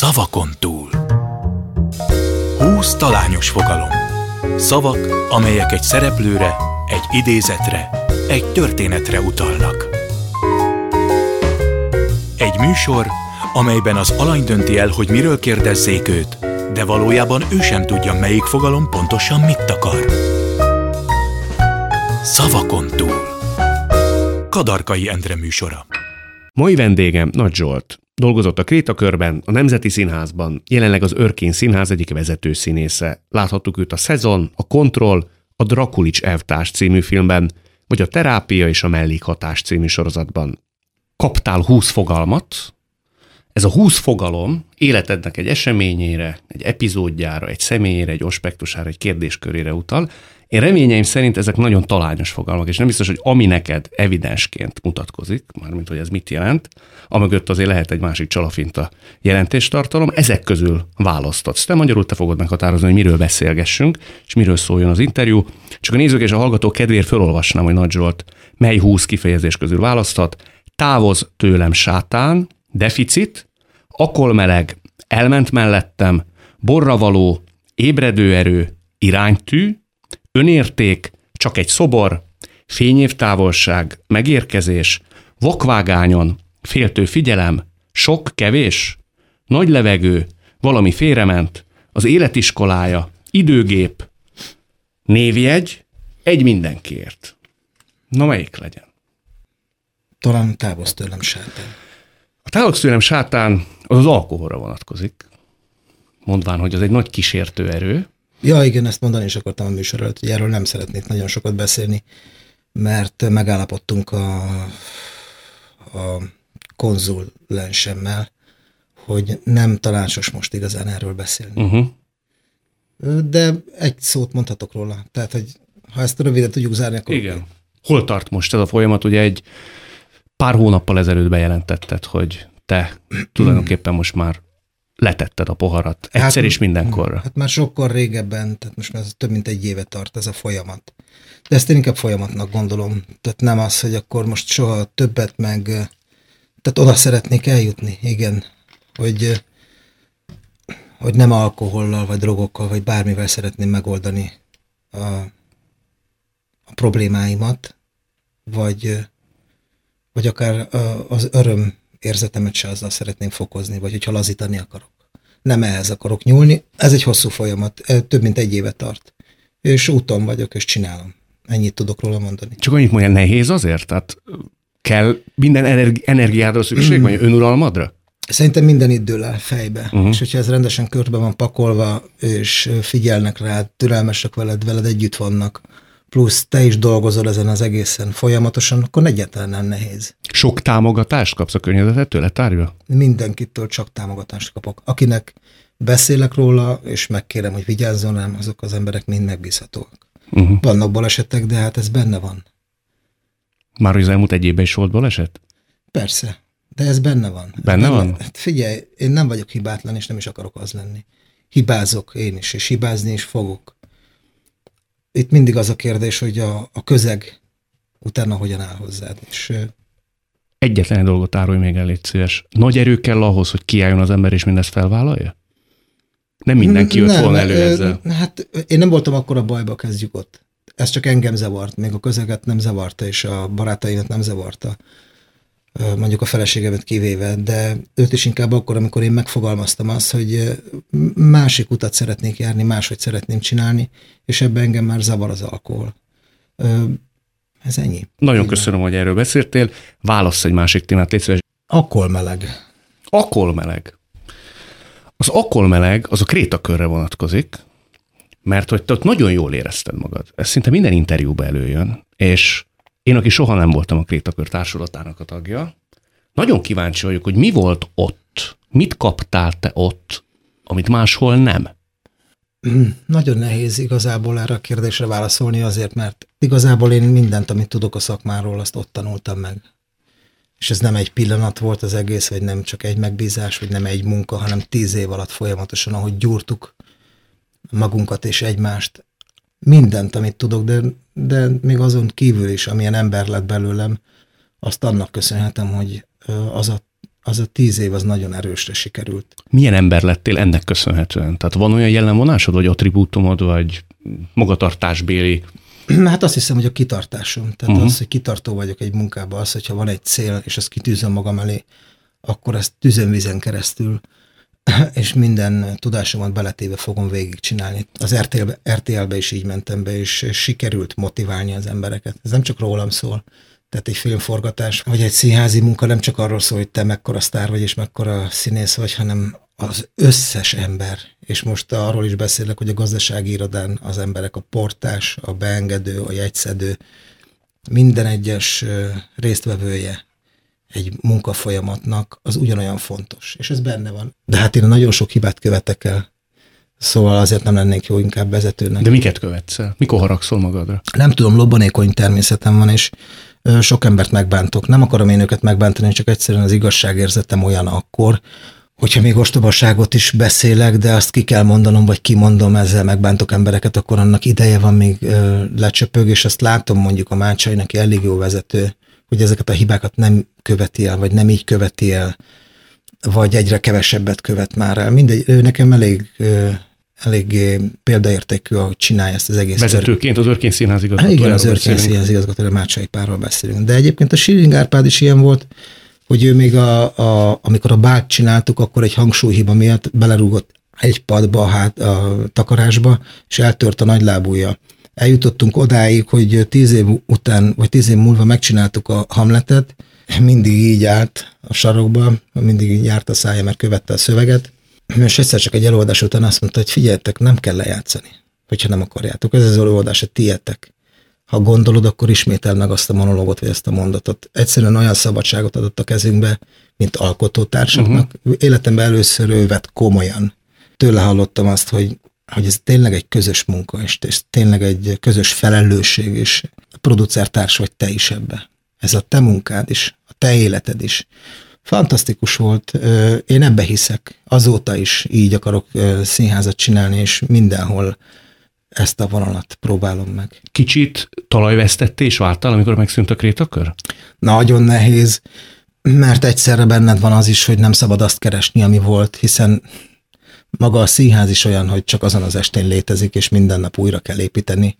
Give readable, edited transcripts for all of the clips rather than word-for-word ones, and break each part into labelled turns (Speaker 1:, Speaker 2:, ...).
Speaker 1: Szavakon túl. 20 talányos fogalom. Szavak, amelyek egy szereplőre, egy idézetre, egy történetre utalnak. Egy műsor, amelyben az alany dönti el, hogy miről kérdezzék őt, de valójában ő sem tudja, melyik fogalom pontosan mit akar. Szavakon túl. Kadarkai Endre műsora.
Speaker 2: Mai vendégem Nagy Zsolt. Dolgozott a Krétakörben, a Nemzeti Színházban, jelenleg az Örkény Színház egyik vezető színésze. Láthattuk őt a Szezon, a Kontroll, a Drakulics elvtárs című filmben, vagy a Terápia és a Mellékhatás című sorozatban. Kaptál 20 fogalmat. Ez a 20 fogalom életednek egy eseményére, egy epizódjára, egy személyére, egy aspektusára, egy kérdéskörére utal. Én reményeim szerint ezek nagyon talányos fogalmak, és nem biztos, hogy ami neked evidensként mutatkozik, mármint hogy ez mit jelent, amögött azért lehet egy másik csalafinta jelentéstartalom, ezek közül választhatsz. Te magyarul te fogod meghatározni, hogy miről beszélgessünk, és miről szóljon az interjú. Csak a nézők és a hallgatók kedvéért felolvasnám, hogy Nagy Zsolt mely 20 kifejezés közül választhat. Távoz tőlem sátán, deficit, akolmeleg, elment mellettem, borravaló, ébredő erő, iránytű, önérték, csak egy szobor, fényévtávolság, megérkezés, vakvágányon, féltő figyelem, sok, kevés, nagy levegő, valami félrement, az életiskolája, időgép, névjegy, egy mindenkiért. Na, melyik legyen?
Speaker 3: Talán távoz tőlem sátán.
Speaker 2: A távoz tőlem sátán az alkoholra vonatkozik, mondván, hogy az egy nagy kísértő erő.
Speaker 3: Ja, igen, ezt mondani is akartam a műsor előtt, hogy erről nem szeretnék nagyon sokat beszélni, mert megállapodtunk a konzulensemmel, hogy nem tanácsos most igazán erről beszélni. Uh-huh. De egy szót mondhatok róla. Tehát, hogy ha ezt röviden tudjuk zárni, akkor...
Speaker 2: Igen. Hol tart most ez a folyamat? Ugye egy pár hónappal ezelőtt bejelentetted, hogy te tulajdonképpen most már letetted a poharat egyszer és mindenkorra. Hát
Speaker 3: már sokkal régebben, tehát most már több mint egy éve tart ez a folyamat. De ezt én inkább folyamatnak gondolom. Tehát nem az, hogy akkor most soha többet meg... Tehát oda szeretnék eljutni, igen, hogy nem alkohollal, vagy drogokkal, vagy bármivel szeretném megoldani a problémáimat, vagy akár az öröm érzetemet se azzal szeretném fokozni, vagy hogyha lazítani akarok. Nem ehhez akarok nyúlni. Ez egy hosszú folyamat, több mint egy éve tart. És úton vagyok, és csinálom. Ennyit tudok róla mondani.
Speaker 2: Csak annyit mondja, nehéz azért? Tehát kell minden energiádra szükség, vagy önuralmadra?
Speaker 3: Szerintem minden itt dől el fejbe. Uh-huh. És hogyha ez rendesen körbe van pakolva, és figyelnek rá, türelmesek veled együtt vannak, plusz te is dolgozol ezen az egészen folyamatosan, akkor egyáltalán nem nehéz.
Speaker 2: Sok támogatást kapsz a környezetettől, letárja?
Speaker 3: Mindenkitől csak támogatást kapok. Akinek beszélek róla, és megkérem, hogy vigyázzon rám, azok az emberek mind megbízhatóak. Uh-huh. Vannak balesetek, de hát ez benne van.
Speaker 2: Már az elmúlt egy évben is volt baleset?
Speaker 3: Persze, de ez benne van.
Speaker 2: Benne van?
Speaker 3: Hát figyelj, én nem vagyok hibátlan, és nem is akarok az lenni. Hibázok én is, és hibázni is fogok. Itt mindig az a kérdés, hogy a közeg utána hogyan áll hozzád. És
Speaker 2: egyetlen dolgot árulj még el, légy szíves. Nagy erő kell ahhoz, hogy kiálljon az ember, és mindezt felvállalja? Nem mindenki jött volna elő ezzel.
Speaker 3: Hát én nem voltam akkora bajba, kezdjük ott. Ez csak engem zavart, még a közeget nem zavarta, és a barátaimat nem zavarta. Mondjuk a feleségemet kivéve, de őt is inkább akkor, amikor én megfogalmaztam azt, hogy másik utat szeretnék járni, máshogy szeretném csinálni, és ebben engem már zavar az alkohol. Ez ennyi.
Speaker 2: Nagyon köszönöm, hogy erről beszéltél. Válassz egy másik témát, légy szíves.
Speaker 3: Akolmeleg.
Speaker 2: Akolmeleg. Az akolmeleg az a Krétakörre vonatkozik, mert hogy te ott nagyon jól érezted magad. Ez szinte minden interjúban előjön, és én, aki soha nem voltam a Krétakör társulatának a tagja, nagyon kíváncsi vagyok, hogy mi volt ott, mit kaptál te ott, amit máshol nem.
Speaker 3: Nagyon nehéz igazából erre a kérdésre válaszolni azért, mert igazából én mindent, amit tudok a szakmáról, azt ott tanultam meg. És ez nem egy pillanat volt az egész, vagy nem csak egy megbízás, vagy nem egy munka, hanem 10 év alatt folyamatosan, ahogy gyúrtuk magunkat és egymást. Mindent, amit tudok, de még azon kívül is, amilyen ember lett belőlem, azt annak köszönhetem, hogy az a 10 év az nagyon erősre sikerült.
Speaker 2: Milyen ember lettél ennek köszönhetően? Tehát van olyan jellemvonásod, vagy attribútumod, vagy magatartásbéli?
Speaker 3: Hát azt hiszem, hogy a kitartásom. Tehát az, hogy kitartó vagyok egy munkában, az, hogyha van egy cél, és azt kitűzöm magam elé, akkor ezt tüzön-vizen keresztül, és minden tudásomat beletéve fogom végigcsinálni. Az RTL-be is így mentem be, és sikerült motiválni az embereket. Ez nem csak rólam szól. Tehát egy filmforgatás, vagy egy színházi munka nem csak arról szól, hogy te mekkora sztár vagy, és mekkora színész vagy, hanem az összes ember. És most arról is beszélek, hogy a gazdasági irodán az emberek, a portás, a beengedő, a jegyszedő, minden egyes résztvevője egy munkafolyamatnak az ugyanolyan fontos. És ez benne van. De hát én nagyon sok hibát követek el. Szóval azért nem lennék jó inkább vezetőnek.
Speaker 2: De miket követsz el? Mikor haragszol magadra?
Speaker 3: Nem tudom, lobbanékony természetem van, és sok embert megbántok. Nem akarom én őket megbántani, csak egyszerűen az igazságérzetem olyan akkor, hogyha még ostobaságot is beszélek, de azt ki kell mondanom, vagy kimondom, ezzel megbántok embereket, akkor annak ideje van, még lecsöpög, és azt látom mondjuk a Mácsai, neki elég jó vezető, hogy ezeket a hibákat nem követi el, vagy nem így követi el, vagy egyre kevesebbet követ már el. Mindegy, ő nekem eléggé példaértékű, ahogy csinálja ezt az egész.
Speaker 2: Vezetőként az Örkény Színház igazgatójáról.
Speaker 3: Igen, az Örkény Színház igazgatójáról, Mácsai Pálról beszélünk. De egyébként a Schilling Árpád is ilyen volt, hogy ő még amikor a Bált csináltuk, akkor egy hangsúlyhiba miatt belerúgott egy padba, a takarásba, és eltört a nagylábúja. Eljutottunk odáig, hogy 10 év után, vagy 10 év múlva megcsináltuk a Hamletet, mindig így állt a sarokba, mindig így járt a szája, mert követte a szöveget, és egyszer csak egy előadás után azt mondta, hogy figyeljetek, nem kell lejátszani, hogyha nem akarjátok. Ez az előadás, hogy tietek. Ha gondolod, akkor ismételd meg azt a monológot, vagy ezt a mondatot. Egyszerűen olyan szabadságot adott a kezünkbe, mint alkotótársaknak. Életemben először ő vett komolyan. Tőle hallottam azt, hogy ez tényleg egy közös munka, és ez tényleg egy közös felelősség, és a producertárs vagy te is ebbe. Ez a te munkád is, a te életed is. Fantasztikus volt. Én ebbe hiszek. Azóta is így akarok színházat csinálni, és mindenhol ezt a vonalat próbálom meg.
Speaker 2: Kicsit talajvesztetté váltál, amikor megszűnt a Krétakör?
Speaker 3: Nagyon nehéz, mert egyszerre benned van az is, hogy nem szabad azt keresni, ami volt, hiszen maga a színház is olyan, hogy csak azon az estén létezik, és minden nap újra kell építeni,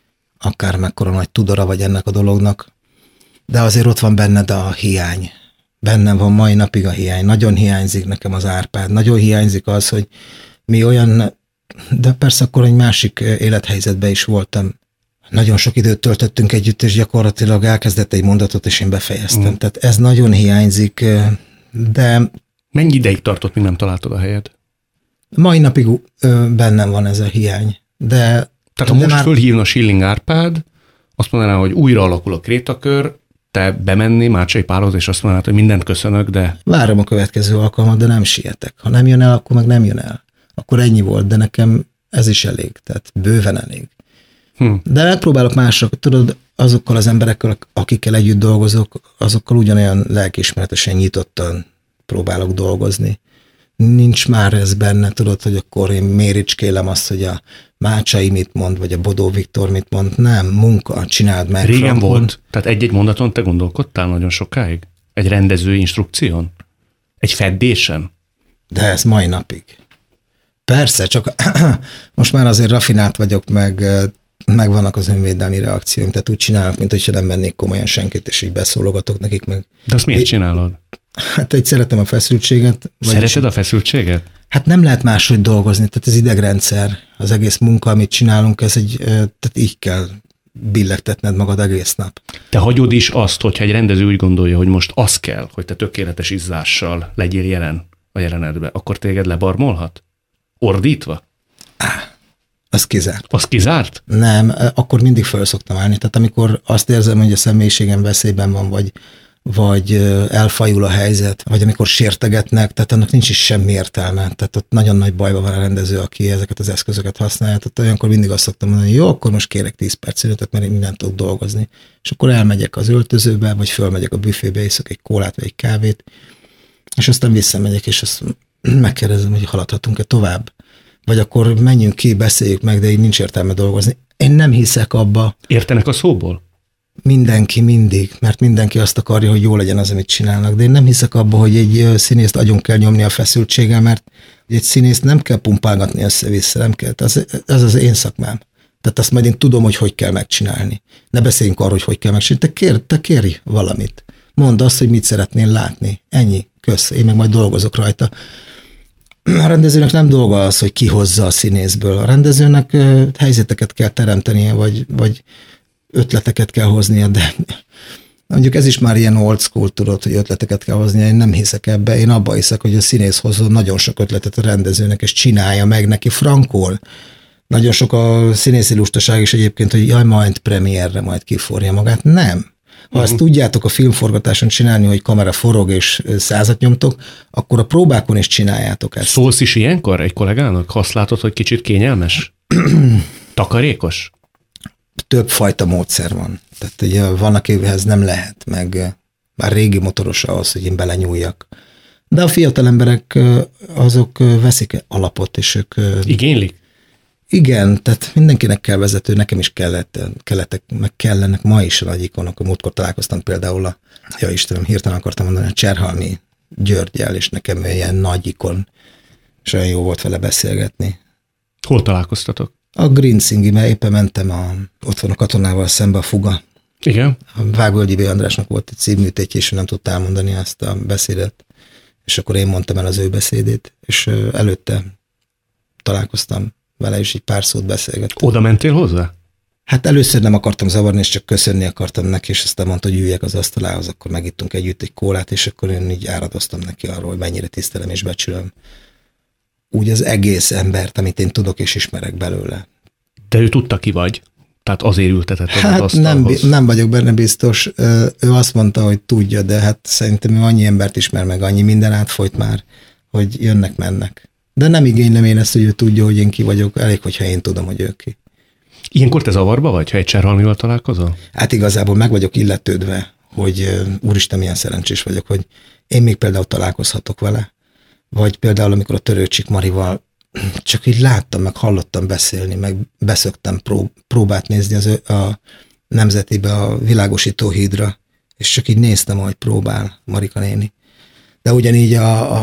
Speaker 3: akár mekkora nagy tudora vagy ennek a dolognak. De azért ott van benned a hiány. Bennem van mai napig a hiány. Nagyon hiányzik nekem az Árpád. Nagyon hiányzik az, hogy mi olyan, de persze akkor egy másik élethelyzetben is voltam. Nagyon sok időt töltöttünk együtt, és gyakorlatilag elkezdett egy mondatot, és én befejeztem. Tehát ez nagyon hiányzik, de...
Speaker 2: Mennyi ideig tartott, míg nem találtad a helyed?
Speaker 3: Mai napig bennem van ez a hiány. Tehát
Speaker 2: ha most fölhívna Schilling Árpád, azt mondaná, hogy újra alakul a Krétakör, te bemenni Mácsai Pálhoz, és azt mondanád, hogy mindent köszönök, de... Várom
Speaker 3: a következő alkalmat, de nem sietek. Ha nem jön el, akkor meg nem jön el. Akkor ennyi volt, de nekem ez is elég, tehát bőven elég. De megpróbálok mások, tudod, azokkal az emberekkel, akikkel együtt dolgozok, azokkal ugyanolyan lelkiismeretesen nyitottan próbálok dolgozni. Nincs már ez benne, tudod, hogy akkor én méricskélem azt, hogy a Mácsai mit mond, vagy a Bodó Viktor mit mond. Nem, munka, csináld meg.
Speaker 2: Régen frankon. Volt? Tehát egy-egy mondaton te gondolkodtál nagyon sokáig? Egy rendező instrukción? Egy feddésen?
Speaker 3: De ez mai napig. Persze, csak most már azért rafinált vagyok, meg vannak az önvédelmi reakcióim, tehát úgy csinálok, mint hogyha nem vennék komolyan senkit, és így beszólogatok nekik meg.
Speaker 2: De azt miért csinálod?
Speaker 3: Hát egy szeretem a feszültséget.
Speaker 2: Szereted a feszültséget?
Speaker 3: Hát nem lehet máshogy dolgozni, tehát az idegrendszer, az egész munka, amit csinálunk, tehát így kell billegtetned magad egész nap.
Speaker 2: Te hagyod is azt, hogyha egy rendező úgy gondolja, hogy most az kell, hogy te tökéletes izzással legyél jelen a jelenetbe, akkor téged lebarmolhat? Ordítva?
Speaker 3: Az kizárt.
Speaker 2: Az kizárt?
Speaker 3: Nem, akkor mindig föl szoktam állni. Tehát amikor azt érzem, hogy a személyiségem veszélyben van, vagy elfajul a helyzet, vagy amikor sértegetnek, tehát annak nincs is semmi értelme. Tehát ott nagyon nagy bajban van a rendező, aki ezeket az eszközöket használja. Tehát olyankor mindig azt szoktam mondani, hogy jó, akkor most kérek 10 perc szünetet, mert én mindent tudok dolgozni. És akkor elmegyek az öltözőbe, vagy fölmegyek a büfébe, iszok egy kólát, vagy egy kávét, és aztán visszamegyek, és azt megkérdezem, hogy haladhatunk-e tovább. Vagy akkor menjünk ki, beszéljük meg, de így nincs értelme dolgozni. Én nem hiszek abba.
Speaker 2: Értenek a szóból?
Speaker 3: Mindenki mindig, mert mindenki azt akarja, hogy jó legyen az, amit csinálnak. De én nem hiszek abba, hogy egy színészt agyon kell nyomni a feszültséggel, mert egy színészt nem kell pumpálgatni össze-vissza, nem kell. Ez az én szakmám. Tehát azt majd én tudom, hogy kell megcsinálni. Ne beszéljünk arról, hogy kell megcsinálni. Te kérj valamit. Mondd azt, hogy mit szeretnél látni. Ennyi. Kösz. Én meg majd dolgozok rajta. A rendezőnek nem dolga az, hogy kihozza a színészből. A rendezőnek helyzeteket kell teremtenie, vagy ötleteket kell hoznia, de mondjuk ez is már ilyen old school, tudod, hogy ötleteket kell hoznia. Én nem hiszek ebbe. Én abba hiszek, hogy a színész hozza nagyon sok ötletet a rendezőnek, és csinálja meg neki frankol. Nagyon sok a színészi lustaság is egyébként, hogy jaj, majd premierre majd kiforja magát. Nem. Ha ezt tudjátok a filmforgatáson csinálni, hogy kamera forog és százat nyomtok, akkor a próbákon is csináljátok ezt.
Speaker 2: Szólsz is ilyenkor egy kollégának? Ha azt látod, hogy kicsit kényelmes? Takarékos?
Speaker 3: Több fajta módszer van. Tehát ugye van, akihez nem lehet, meg már régi motoros ahhoz, hogy én belenyúljak. De a fiatal emberek azok veszik alapot, és ők...
Speaker 2: Igénylik?
Speaker 3: Igen, tehát mindenkinek kell vezető, nekem is meg kellenek ma is a nagy ikonok. A múltkor találkoztam például Istenem, hirtelen akartam mondani, a Cserhalmi Györgyel, és nekem ilyen nagy ikon, és olyan jó volt vele beszélgetni.
Speaker 2: Hol találkoztatok?
Speaker 3: A Green Singbe éppen mentem, ott van a Katonával szembe a Fuga.
Speaker 2: Igen.
Speaker 3: A Vágvölgyi B. Andrásnak volt egy szívműtétje, és ő nem tudta elmondani azt a beszédet, és akkor én mondtam el az ő beszédét, és előtte találkoztam vele is, egy pár szót beszélgettem.
Speaker 2: Oda mentél hozzá?
Speaker 3: Hát először nem akartam zavarni, és csak köszönni akartam neki, és aztán mondta, hogy üljek az asztalához, akkor megittunk együtt egy kólát, és akkor én így áradoztam neki arról, hogy mennyire tisztelem és becsülöm úgy az egész embert, amit én tudok és ismerek belőle.
Speaker 2: De ő tudta, ki vagy? Tehát azért ültetett az
Speaker 3: asztalhoz? Nem vagyok benne biztos. Ő azt mondta, hogy tudja, de hát szerintem ő annyi embert ismer meg, annyi minden átfolyt már, hogy jönnek-mennek. De nem igénylem én ezt, hogy ő tudja, hogy én ki vagyok, elég, hogyha én tudom, hogy ő ki.
Speaker 2: Ilyenkor te zavarba vagy, ha egy Cserhalmival találkozol?
Speaker 3: Hát igazából meg vagyok illetődve, hogy úristen, milyen szerencsés vagyok, hogy én még például találkozhatok vele, vagy például amikor a Törőcsik Marival csak így láttam, meg hallottam beszélni, meg beszöktem próbát nézni a Nemzetibe, a Világosító hídra, és csak így néztem, ahogy próbál Marika néni. De ugyanígy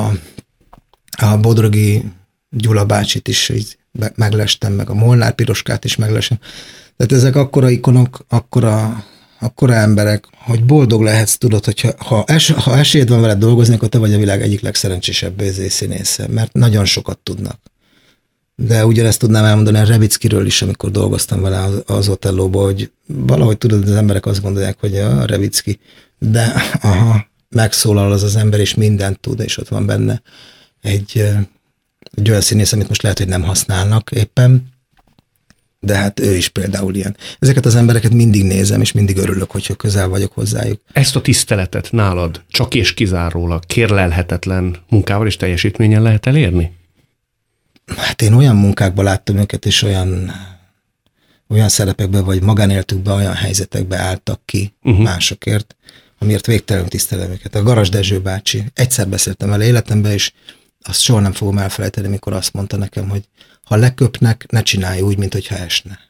Speaker 3: a Bodrogi Gyula bácsit is így meglestem, meg a Molnár Piroskát is meglestem. Tehát ezek akkora ikonok, akkora emberek, hogy boldog lehetsz, tudod, hogy ha esélyed van veled dolgozni, akkor te vagy a világ egyik legszerencsésebb színésze, mert nagyon sokat tudnak. De ugyanezt tudnám elmondani a Revickiről is, amikor dolgoztam vele az Otellóban, hogy valahogy tudod, az emberek azt gondolják, hogy a Revicki, de megszólal az ember, és mindent tud, és ott van benne egy olyan színész, amit most lehet, hogy nem használnak éppen, de hát ő is például ilyen. Ezeket az embereket mindig nézem, és mindig örülök, hogyha közel vagyok hozzájuk.
Speaker 2: Ezt a tiszteletet nálad csak és kizárólag kérlelhetetlen munkával és teljesítménnyel lehet elérni?
Speaker 3: Hát én olyan munkákban láttam őket, és olyan szerepekben, vagy magánéletükben, olyan helyzetekbe álltak ki másokért, amiért végtelenül tisztelem őket. A Garas Dezső bácsi, egyszer beszéltem vele életemben, és azt soha nem fogom elfelejteni, mikor azt mondta nekem, hogy ha leköpnek, ne csinálj úgy, mint hogyha esne.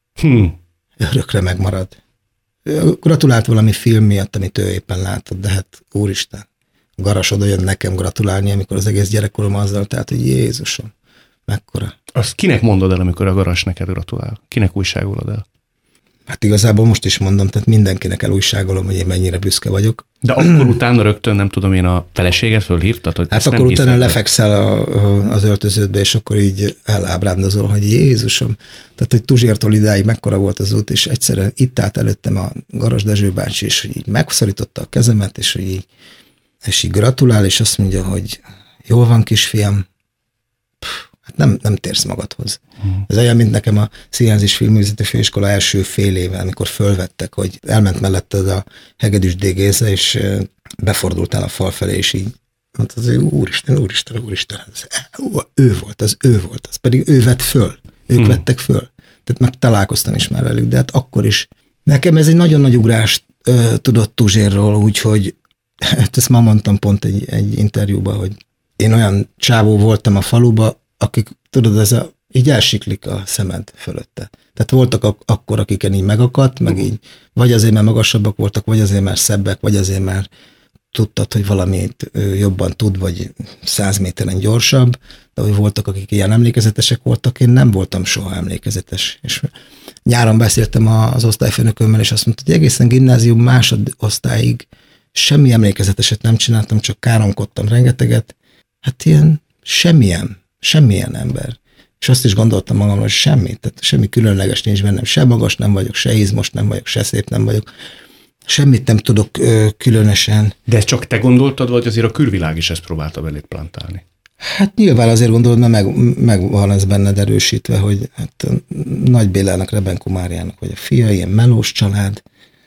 Speaker 3: Örökre megmarad. Gratulált valami film miatt, amit ő éppen látott, de hát úristen, a Garas oda jön nekem gratulálni, amikor az egész gyerekkorom azzal, tehát, hogy Jézusom, mekkora.
Speaker 2: Azt kinek mondod el, amikor a Garas neked gratulál? Kinek újságolod el?
Speaker 3: Hát igazából most is mondom, tehát mindenkinek elújságolom, hogy én mennyire büszke vagyok.
Speaker 2: De akkor utána rögtön, nem tudom én, a feleséget fölhívtad? Hogy
Speaker 3: hát akkor utána lefekszel az öltöződbe, és akkor így elábrándozol, hogy Jézusom. Tehát, hogy Tuzsértól idáig mekkora volt az út, és egyszerűen itt állt előttem a Garas Dezső bácsi, és így megszorította a kezemet, és így gratulál, és azt mondja, hogy jól van, kisfiam, hát nem térsz magadhoz. Ez olyan, mint nekem a Színház és Filmművészeti Főiskola első fél éve, amikor fölvettek, hogy elment melletted a Hegedűs D. Géza, és befordultál a fal felé, és így mondtad, hogy úristen, ő volt az, pedig ő vett föl, ők vettek föl. Tehát meg találkoztam is már velük, de hát akkor is. Nekem ez egy nagyon nagy ugrás tudott Tuzsérról, úgyhogy hát ezt ma mondtam pont egy interjúban, hogy én olyan csávó voltam a faluba, akik, tudod, ez a így elsiklik a szemed fölötte. Tehát voltak akkor, akiken így megakadt, meg így, vagy azért, mert magasabbak voltak, vagy azért, mert szebbek, vagy azért, mert tudtad, hogy valamit jobban tud, vagy 100 méteren gyorsabb, de hogy voltak, akik ilyen emlékezetesek voltak, én nem voltam soha emlékezetes. És nyáron beszéltem az osztályfőnökömmel, és azt mondta, hogy egészen gimnázium másodosztályig semmi emlékezeteset nem csináltam, csak káromkodtam rengeteget. Hát ilyen semmilyen ember. És azt is gondoltam magamról, hogy tehát semmi különleges nincs bennem. Se magas nem vagyok, se izmos nem vagyok, se szép nem vagyok. Semmit nem tudok különösen.
Speaker 2: De ezt csak te gondoltad, vagy azért a külvilág is ezt próbálta belét plantálni?
Speaker 3: Hát nyilván azért gondolod, mert meg van ez benned erősítve, hogy hát Nagy Bélának, Rebenkó Máriának vagy a fia, ilyen melós család,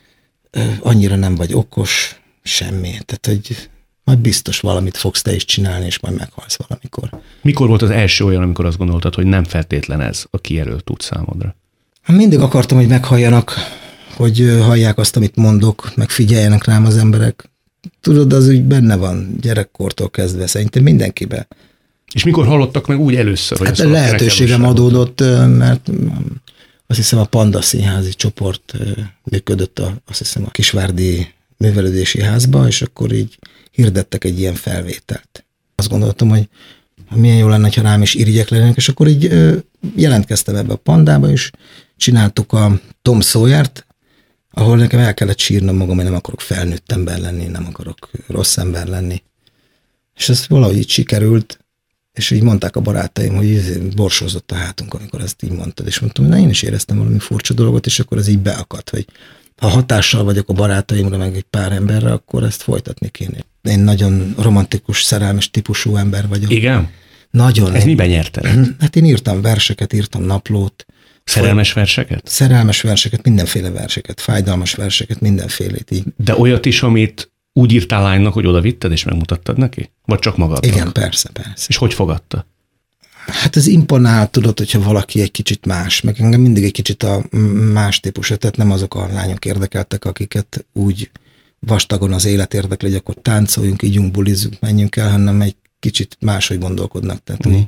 Speaker 3: annyira nem vagy okos, semmi. Tehát, hogy majd biztos valamit fogsz te is csinálni, és majd meghalsz valamikor.
Speaker 2: Mikor volt az első olyan, amikor azt gondoltad, hogy nem feltétlen ez a kijelölt út számodra?
Speaker 3: Mindig akartam, hogy meghalljanak, hogy hallják azt, amit mondok, meg figyeljenek rám az emberek. Tudod, az úgy benne van gyerekkortól kezdve, szerintem mindenkiben.
Speaker 2: És mikor hallottak meg úgy először? Hogy
Speaker 3: hát lehetőségem adódott, mert azt hiszem a Panda Színházi csoport működött azt hiszem a Kisvárdi Művelődési Házba, és akkor így hirdettek egy ilyen felvételt. Azt gondoltam, hogy milyen jó lenne, ha rám is irigyek lennének, és akkor így jelentkeztem ebbe a Pandába, és csináltuk a Tom Sawyert, ahol nekem el kellett sírnom magam, hogy nem akarok felnőtt ember lenni, nem akarok rossz ember lenni. És ez valahogy így sikerült, és így mondták a barátaim, hogy borsózott a hátunk, amikor ezt így mondtad, és mondtam, hogy én is éreztem valami furcsa dolgot, és akkor ez így beakadt, hogy ha hatással vagyok a barátaimra, meg egy pár emberre, akkor ezt folytatni kéne. Én nagyon romantikus, szerelmes típusú ember vagyok.
Speaker 2: Igen?
Speaker 3: Nagyon.
Speaker 2: Ez miben nyerted?
Speaker 3: Hát én írtam verseket, írtam naplót.
Speaker 2: Szerelmes verseket?
Speaker 3: Szerelmes verseket, mindenféle verseket, fájdalmas verseket, mindenfélét így.
Speaker 2: De olyat is, amit úgy írtál lánynak, hogy oda vitted és megmutattad neki? Vagy csak magadnak?
Speaker 3: Igen, persze.
Speaker 2: És hogy fogadta?
Speaker 3: Hát ez imponál, tudod, hogyha valaki egy kicsit más, meg engem mindig egy kicsit a más típusú, tehát nem azok a lányok érdekeltek, akiket úgy vastagon az élet érdekli, hogy akkor táncoljunk, ígyunk, bulizzunk, menjünk el, hanem egy kicsit máshogy gondolkodnak, tehát hogy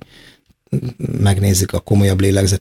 Speaker 3: megnézik a komolyabb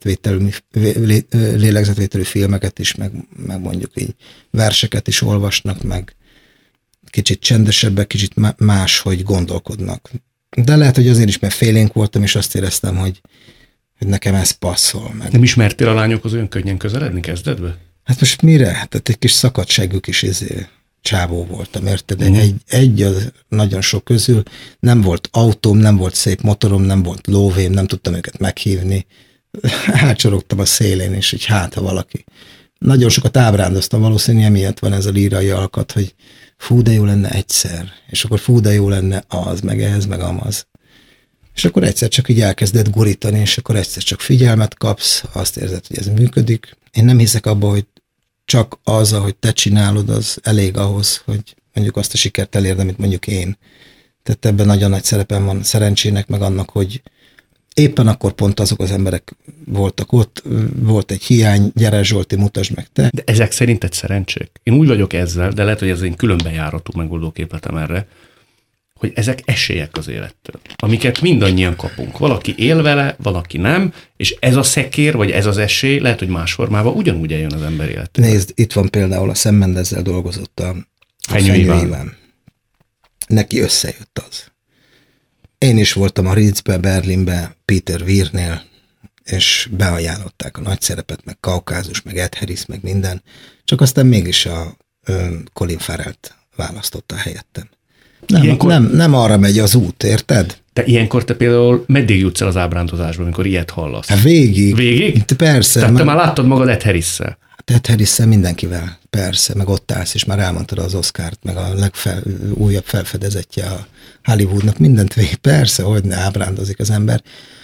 Speaker 3: lélegzetvételű filmeket is, meg mondjuk így verseket is olvasnak, meg kicsit csendesebbek, kicsit máshogy gondolkodnak. De lehet, hogy azért is, mert félénk voltam, és azt éreztem, hogy nekem ez passzol meg.
Speaker 2: Nem ismertél a lányokhoz olyan könnyen közeledni kezdetbe?
Speaker 3: Hát most mire? Tehát egy kis szakadtságú kis csávó voltam, érted? Egy az nagyon sok közül, nem volt autóm, nem volt szép motorom, nem volt lóvém, nem tudtam őket meghívni. Átsorogtam a szélén, és így ha valaki. Nagyon sokat ábrándoztam, valószínűleg emiatt van ez a lírai alkat, hogy fú, de jó lenne egyszer, és akkor fú, de jó lenne az, meg ehhez, meg amaz. És akkor egyszer csak így elkezded gurítani, és akkor egyszer csak figyelmet kapsz, azt érzed, hogy ez működik. Én nem hiszek abba, hogy csak az, ahogy te csinálod, az elég ahhoz, hogy mondjuk azt a sikert elérd, amit mondjuk én. Tehát ebben nagyon nagy szerepem van szerencsének, meg annak, hogy éppen akkor pont azok az emberek voltak ott, volt egy hiány, gyere Zsolti, mutasd meg te.
Speaker 2: De ezek szerinted szerencsék? Én úgy vagyok ezzel, de lehet, hogy ez én különben járatú megoldó képletem erre, hogy ezek esélyek az élettől, amiket mindannyian kapunk. Valaki él vele, valaki nem, és ez a szekér, vagy ez az esély lehet, hogy más formában ugyanúgy eljön az ember életében.
Speaker 3: Nézd, itt van például a Sam Mendezzel dolgozott a Fenyő Iván. Neki összejött az. Én is voltam a Ritzbe, Berlinbe, Peter Weirnél, és beajánlották a nagy szerepet, meg Kaukázus, meg Ed Harris, meg minden, csak aztán mégis a Colin Farrellt választotta helyettem. Nem arra megy az út, érted?
Speaker 2: De ilyenkor te például meddig jutsz el az ábrándozásba, amikor ilyet hallasz?
Speaker 3: Hát végig.
Speaker 2: Végig?
Speaker 3: Persze.
Speaker 2: Tehát te már láttad magad Ed Harris-szel?
Speaker 3: Ed Harris-szel mindenkivel, persze, meg ott állsz, és már elmondtad az Oscart, meg a legújabb felfedezetje a Hollywoodnak, mindent végig, persze, hogy ne ábrándozik az ember.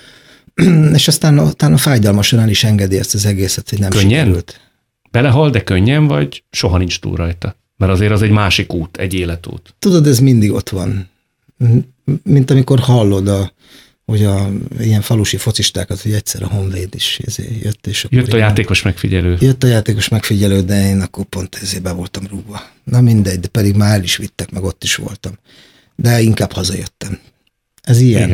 Speaker 3: És aztán fájdalmasan el is engedi ezt az egészet, hogy nem
Speaker 2: könnyen?
Speaker 3: Sikerült.
Speaker 2: Belehal, de könnyen, vagy soha nincs túl rajta? Mert azért az egy másik út, egy életút.
Speaker 3: Tudod, ez mindig ott van. Mint amikor hallod hogy ilyen falusi focistákat, hogy egyszer a Honvéd is jött. És
Speaker 2: jött a játékos megfigyelő.
Speaker 3: Jött a játékos megfigyelő, de én akkor pont ezért be voltam rúgva. Na mindegy, de pedig már el is vittek, meg ott is voltam. De inkább hazajöttem. Ez ilyen.
Speaker 2: Igen.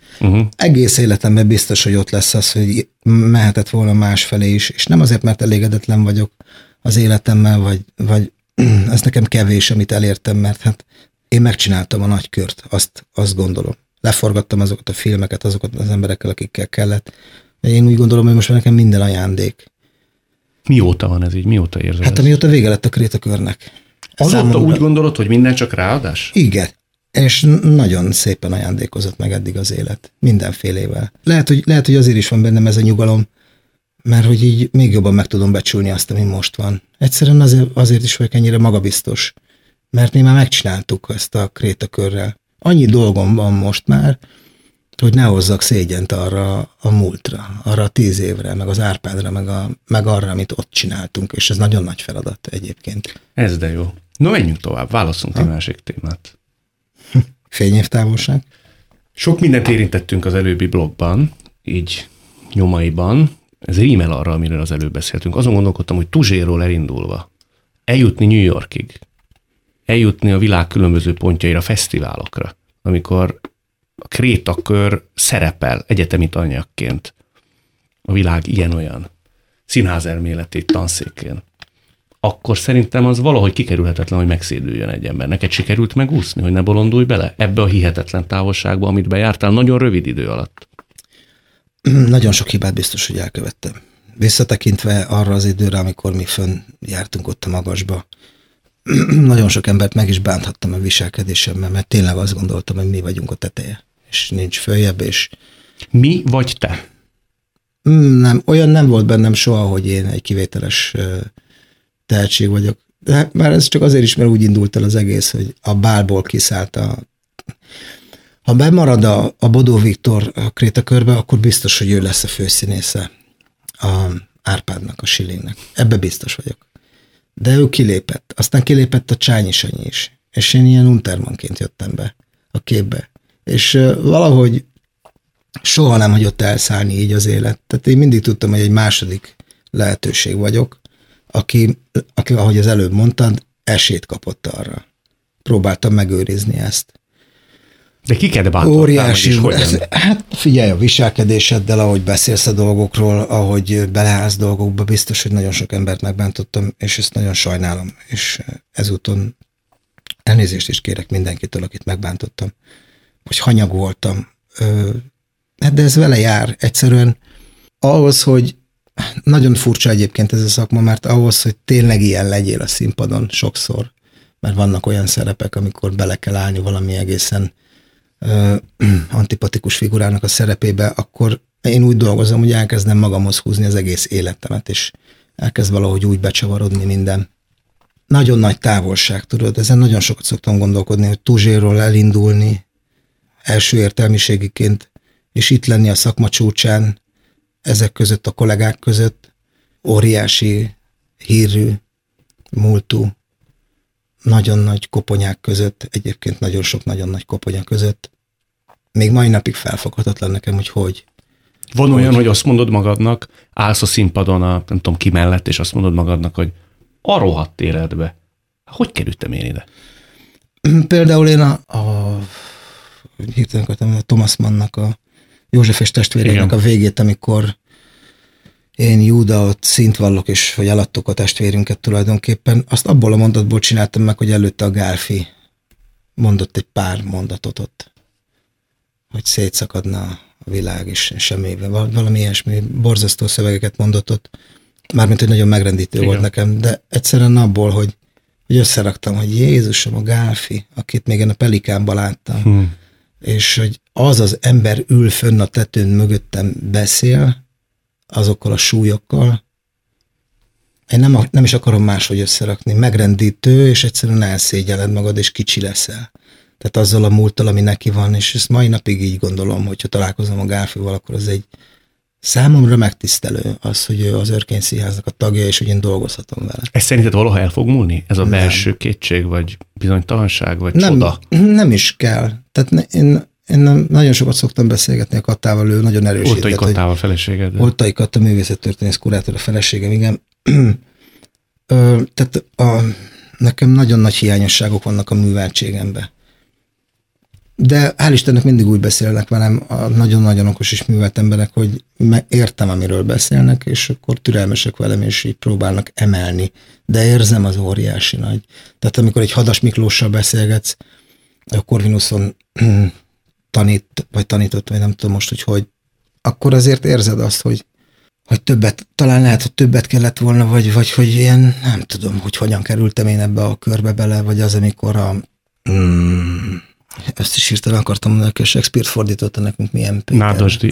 Speaker 3: Egész életemben biztos, hogy ott lesz az, hogy mehetett volna másfelé is, és nem azért, mert elégedetlen vagyok az életemmel, vagy ez nekem kevés, amit elértem, mert hát én megcsináltam a nagy kört, azt gondolom. Leforgattam azokat a filmeket, azokat az emberekkel, akikkel kellett. De én úgy gondolom, hogy most már nekem minden ajándék.
Speaker 2: Mióta van ez így? Mióta érzed?
Speaker 3: Hát amióta vége lett a Krétakörnek.
Speaker 2: Azóta úgy gondolod, hogy minden csak ráadás?
Speaker 3: Igen. És nagyon szépen ajándékozott meg eddig az élet. Mindenfélével. Lehet, hogy azért is van bennem ez a nyugalom, mert hogy így még jobban meg tudom becsülni azt, ami most van. Egyszerűen azért is vagyok ennyire magabiztos, mert mi már megcsináltuk ezt a Krétakörrel. Annyi dolgom van most már, hogy ne hozzak szégyent arra a múltra, arra a 10 évre, meg az Árpádra, meg arra, amit ott csináltunk, és ez nagyon nagy feladat egyébként.
Speaker 2: Ez de jó. No, menjünk tovább, válasszunk egy másik témát.
Speaker 3: Fényévtávolság?
Speaker 2: Sok mindent érintettünk az előbbi blogban, így nyomaiban. Ez rímel arra, amiről az előbb beszéltünk. Azon gondolkodtam, hogy Tuzséról elindulva eljutni New Yorkig, eljutni a világ különböző pontjaira, fesztiválokra, amikor a Krétakör szerepel egyetemi tananyagként a világ ilyen-olyan színházelméleti tanszékén, akkor szerintem az valahogy kikerülhetetlen, hogy megszédüljön egy ember. Neked sikerült megúszni, hogy ne bolondulj bele ebbe a hihetetlen távolságba, amit bejártál nagyon rövid idő alatt?
Speaker 3: Nagyon sok hibát biztos, hogy elkövettem. Visszatekintve arra az időre, amikor mi fönn jártunk ott a magasba, nagyon sok embert meg is bánthattam a viselkedésemmel, mert tényleg azt gondoltam, hogy mi vagyunk a teteje, és nincs följebb, és...
Speaker 2: Mi vagy te?
Speaker 3: Nem, olyan nem volt bennem soha, hogy én egy kivételes tehetség vagyok. De már ez csak azért is, mert úgy indult el az egész, hogy a bálból kiszállt Ha bemarad a Bodó Viktor a Krétakörbe, akkor biztos, hogy ő lesz a főszínésze a Árpádnak, a Schillingnek. Ebbe biztos vagyok. De ő kilépett. Aztán kilépett a Csányi Sanyi is. És én ilyen untermanként jöttem be a képbe. És valahogy soha nem hagyott elszállni így az élet. Tehát én mindig tudtam, hogy egy második lehetőség vagyok, aki ahogy az előbb mondtad, esélyt kapott arra. Próbáltam megőrizni ezt.
Speaker 2: De kiket bántottál?
Speaker 3: Óriási. Hát figyelj, a viselkedéseddel, ahogy beszélsz a dolgokról, ahogy beleállsz dolgokba, biztos, hogy nagyon sok embert megbántottam, és ezt nagyon sajnálom. És ezúton elnézést is kérek mindenkitől, akit megbántottam, hogy hanyag voltam. De ez vele jár. Egyszerűen ahhoz, hogy nagyon furcsa egyébként ez a szakma, mert ahhoz, hogy tényleg ilyen legyél a színpadon sokszor, mert vannak olyan szerepek, amikor bele kell állni valami egészen antipatikus figurának a szerepébe, akkor én úgy dolgozom, hogy elkezdem magamhoz húzni az egész életemet, és elkezd valahogy úgy becsavarodni minden. Nagyon nagy távolság, tudod, ezen nagyon sokat szoktam gondolkodni, hogy Tuzséról elindulni első értelmiségiként, és itt lenni a szakma csúcsán, ezek között a kollégák között, óriási, hírű, múltú, nagyon nagy koponyák között, egyébként nagyon sok nagyon nagy koponya között. Még mai napig felfoghatatlan nekem, hogy.
Speaker 2: Van olyan, hogy azt mondod magadnak, állsz a színpadon, nem tudom ki mellett, és azt mondod magadnak, hogy a rohadt életbe. Hogy kerültem én ide?
Speaker 3: Például én a Thomas Mannnak, a József és testvéreinek a végét, amikor én Júda ott szint vallok, és hogy eladtuk a testvérünket tulajdonképpen, azt abból a mondatból csináltam meg, hogy előtte a Gálfi mondott egy pár mondatot ott, hogy szétszakadna a világ, és semmivel. Valami ilyesmi borzasztó szövegeket mondott ott, mármint, hogy nagyon megrendítő volt nekem, de egyszerűen abból, hogy összeraktam, hogy Jézusom, a Gálfi, akit még én a Pelikánban láttam, és hogy az ember ül fönn a tetőn mögöttem beszél, azokkal a súlyokkal. Én nem is akarom máshogy összerakni. Megrendítő, és egyszerűen elszégyeled magad, és kicsi leszel. Tehát azzal a múlttal, ami neki van, és ezt mai napig így gondolom, hogyha találkozom a Gálfival, akkor az egy számomra megtisztelő az, hogy ő az Örkény Színháznak a tagja, és hogy én dolgozhatom vele.
Speaker 2: Ez szerinted valaha el fog múlni? Ez a belső kétség, vagy bizonytalanság, vagy csoda?
Speaker 3: Nem is kell. Tehát én nagyon sokat szoktam beszélgetni a Kattával, ő nagyon erősített.
Speaker 2: Oltai Kattával feleséged.
Speaker 3: Oltai Katta, művészettörténész kurátor, a feleségem, igen. Tehát nekem nagyon nagy hiányosságok vannak a műveltségemben. De hál' Istennek mindig úgy beszélnek velem a nagyon-nagyon okos és művelt emberek, hogy értem, amiről beszélnek, és akkor türelmesek velem, és így próbálnak emelni. De érzem az óriási nagy. Tehát amikor egy Hadas Miklóssal beszélgetsz, a Corvinuson tanított, vagy nem tudom most, hogy akkor azért érzed azt, hogy többet, talán lehet, hogy többet kellett volna, vagy hogy ilyen, nem tudom, hogy hogyan kerültem én ebbe a körbe bele, vagy az, amikor ezt is hirtelen akartam mondani, hogy Shakespeare-t fordította nekünk milyen Péter.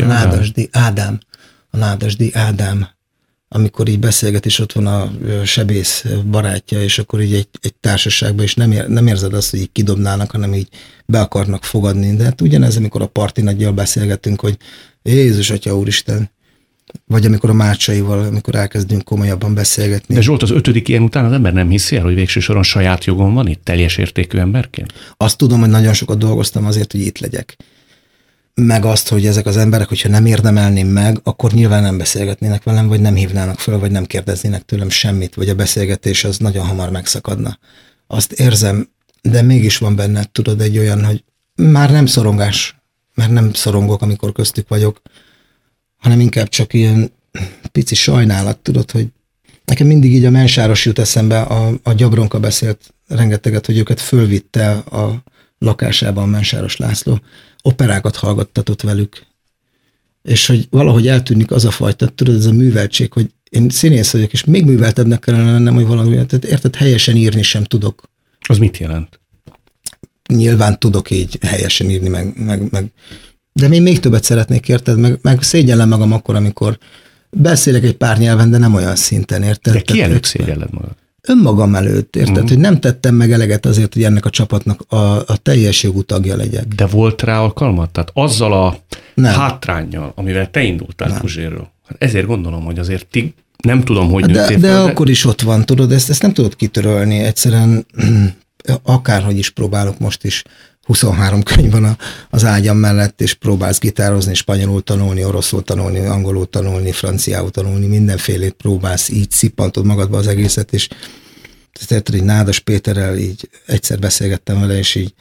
Speaker 3: Nádasdy Ádám, amikor így beszélget, és ott van a sebész barátja, és akkor így egy társaságban, és nem érzed azt, hogy így kidobnának, hanem így be akarnak fogadni. De hát ugyanez, amikor a parti nagyjal beszélgetünk, hogy Jézus Atya Úristen, vagy amikor a Mácsaival, amikor elkezdünk komolyabban beszélgetni.
Speaker 2: De Zsolt, az 5. ilyen után az ember nem hiszi el, hogy végső soron saját jogon van itt, teljes értékű emberként?
Speaker 3: Azt tudom, hogy nagyon sokat dolgoztam azért, hogy itt legyek. Meg azt, hogy ezek az emberek, hogyha nem érdemelném meg, akkor nyilván nem beszélgetnének velem, vagy nem hívnának föl, vagy nem kérdeznének tőlem semmit, vagy a beszélgetés az nagyon hamar megszakadna. Azt érzem, de mégis van benne, tudod, egy olyan, hogy már nem szorongás, mert nem szorongok, amikor köztük vagyok, hanem inkább csak ilyen pici sajnálat, tudod, hogy nekem mindig így a Mensáros jut eszembe, a Gyabronka beszélt rengeteget, hogy őket fölvitte a lakásában Mensáros László, operákat hallgattatott velük, és hogy valahogy eltűnik az a fajta, tudod, ez a műveltség, hogy én színész vagyok, és még műveltebbnek kellene lennem, hogy valami, tehát érted, helyesen írni sem tudok.
Speaker 2: Az mit jelent?
Speaker 3: Nyilván tudok így helyesen írni, meg de még többet szeretnék, érted? Meg szégyellem magam akkor, amikor beszélek egy pár nyelven, de nem olyan szinten, érted?
Speaker 2: De ki előtt szégyelled magad?
Speaker 3: Önmagam előtt, érted? Hogy nem tettem meg eleget azért, hogy ennek a csapatnak a teljes jogú tagja legyek.
Speaker 2: De volt rá alkalmat? Tehát azzal a hátránnyal, amivel te indultál Puzsérről. Ezért gondolom, hogy azért ti nem tudom, hogy nőttél
Speaker 3: de akkor is ott van, tudod, ezt nem tudod kitörölni. Egyszerűen akárhogy is próbálok most is, 23 könyv van az ágyam mellett, és próbálsz gitározni, spanyolul tanulni, oroszul tanulni, angolul tanulni, franciául tanulni, mindenfélét próbálsz, így szippantod magadba az egészet, és tehát hogy Nádas Péterrel így egyszer beszélgettem vele, és így...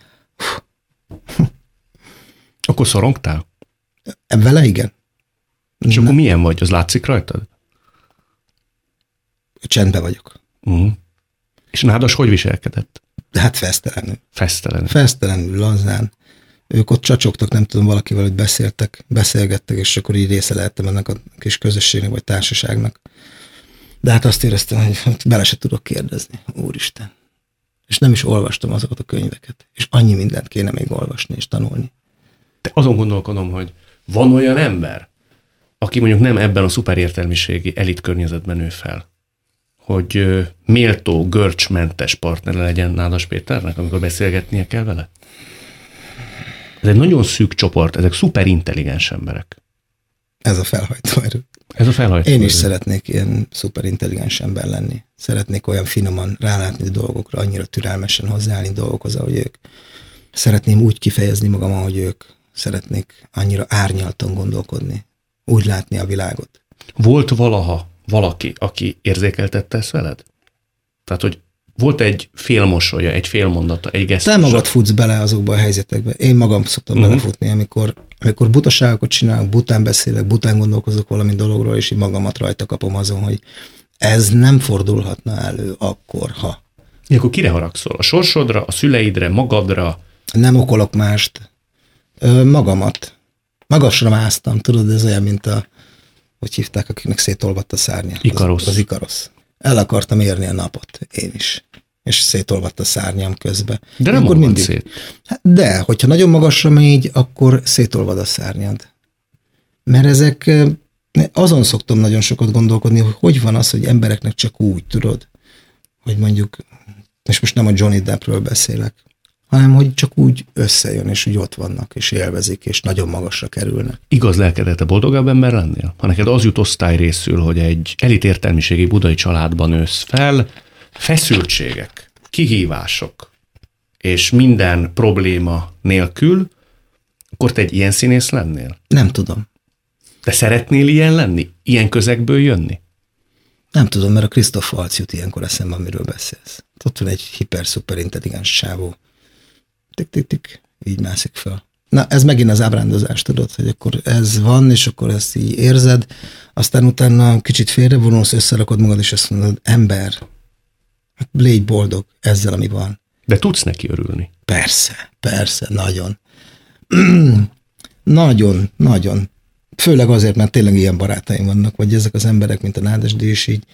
Speaker 2: Akkor szorongtál?
Speaker 3: Vele igen.
Speaker 2: És akkor milyen vagy? Az látszik rajtad?
Speaker 3: Csendben vagyok.
Speaker 2: És Nádas hogy viselkedett?
Speaker 3: Hát fesztelenül.
Speaker 2: Fesztelenül,
Speaker 3: lazán. Ők ott csacsogtak, nem tudom, valakivel, hogy beszélgettek, és akkor így része lehettem ennek a kis közösségnek, vagy társaságnak. De hát azt éreztem, hogy bele se tudok kérdezni. Úristen. És nem is olvastam azokat a könyveket. És annyi mindent kéne még olvasni és tanulni.
Speaker 2: De azon gondolkodom, hogy van olyan ember, aki mondjuk nem ebben a szuperértelmiségi elit környezetben nő fel, hogy méltó, görcsmentes partnere legyen Nádas Péternek, amikor beszélgetnie kell vele? Ez egy nagyon szűk csoport, ezek szuperintelligens emberek.
Speaker 3: Ez a felhajtó erő. Én is szeretnék ilyen szuperintelligens ember lenni. Szeretnék olyan finoman rálátni dolgokra, annyira türelmesen hozzáállni dolgokhoz, ahogy ők. Szeretném úgy kifejezni magam, ahogy ők. Szeretnék annyira árnyaltan gondolkodni. Úgy látni a világot.
Speaker 2: Volt valaha valaki, aki érzékeltette ezt veled? Tehát, hogy volt egy félmosolya, egy félmondata, egy gesztusa?
Speaker 3: Te magad futsz bele azokba a helyzetekbe. Én magam szoktam belefutni, amikor butaságokat csinálok, bután beszélek, bután gondolkozok valami dologról, és így magamat rajta kapom azon, hogy ez nem fordulhatna elő akkor, ha.
Speaker 2: Akkor kire haragszol? A sorsodra, a szüleidre, magadra?
Speaker 3: Nem okolok mást. Magamat. Magasra másztam, tudod, ez olyan, mint hogy hívták, akiknek szétolvadt a szárnya.
Speaker 2: Ikarosz.
Speaker 3: Az Ikarosz. El akartam érni a napot, én is. És szétolvadt a szárnyam közbe.
Speaker 2: De nem akkor mindig szét.
Speaker 3: De, hogyha nagyon magasra megy, akkor szétolvad a szárnyad. Mert ezek, azon szoktam nagyon sokat gondolkodni, hogy van az, hogy embereknek csak úgy, tudod, hogy mondjuk, és most nem a Johnny Deppről beszélek, hanem hogy csak úgy összejön, és úgy ott vannak, és élvezik, és nagyon magasra kerülnek.
Speaker 2: Igaz lelkedet, te boldogabb ember lennél? Ha neked az jut osztály részül, hogy egy elit értelmiségi budai családban nősz fel, feszültségek, kihívások, és minden probléma nélkül, akkor te egy ilyen színész lennél?
Speaker 3: Nem tudom.
Speaker 2: De szeretnél ilyen lenni? Ilyen közegből jönni?
Speaker 3: Nem tudom, mert a Christoph Waltz jut ilyenkor eszembe, amiről beszélsz. Ott van egy hiper-szuper intelligens sávó. Tik-tik-tik, így mászik fel. Na, ez megint az ábrándozás, tudod, hogy akkor ez van, és akkor ezt így érzed, aztán utána kicsit félrevonulsz, összerakod magad, és azt mondod, ember, légy boldog ezzel, ami van.
Speaker 2: De tudsz neki örülni?
Speaker 3: Persze, nagyon. Nagyon. Főleg azért, mert tényleg ilyen barátaim vannak, vagy ezek az emberek, mint a Nádasdy, és így,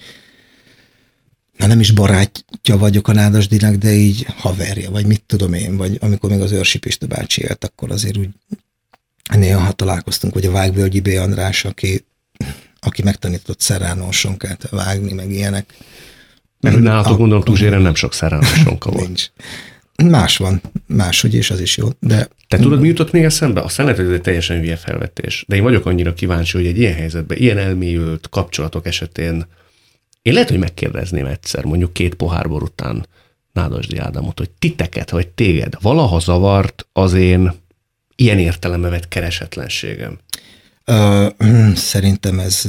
Speaker 3: már nem is barátja vagyok a Nádasdynak, de így haverja, vagy mit tudom én, vagy amikor még az Őrsi Pista bácsi élt, akkor azért úgy néha, ha találkoztunk, vagy a Vágvölgyi B. András, aki megtanított szeránósonkát vágni, meg ilyenek.
Speaker 2: Mert nálatok gondolom, Tuzséren nem sok szeránósonka volt.
Speaker 3: Nincs. Más van, máshogy, és az is jó. De...
Speaker 2: Te tudod, mi jutott még eszembe? Aztán lehet, hogy ez egy teljesen hülye felvetés. De én vagyok annyira kíváncsi, hogy egy ilyen helyzetben, ilyen elmélyült kapcsolatok esetén én lehet, hogy megkérdezném egyszer, mondjuk 2 pohár bor után Nádasdy Ádámot, hogy titeket, vagy téged valaha zavart az én ilyen értelembe vett keresetlenségem?
Speaker 3: Szerintem ez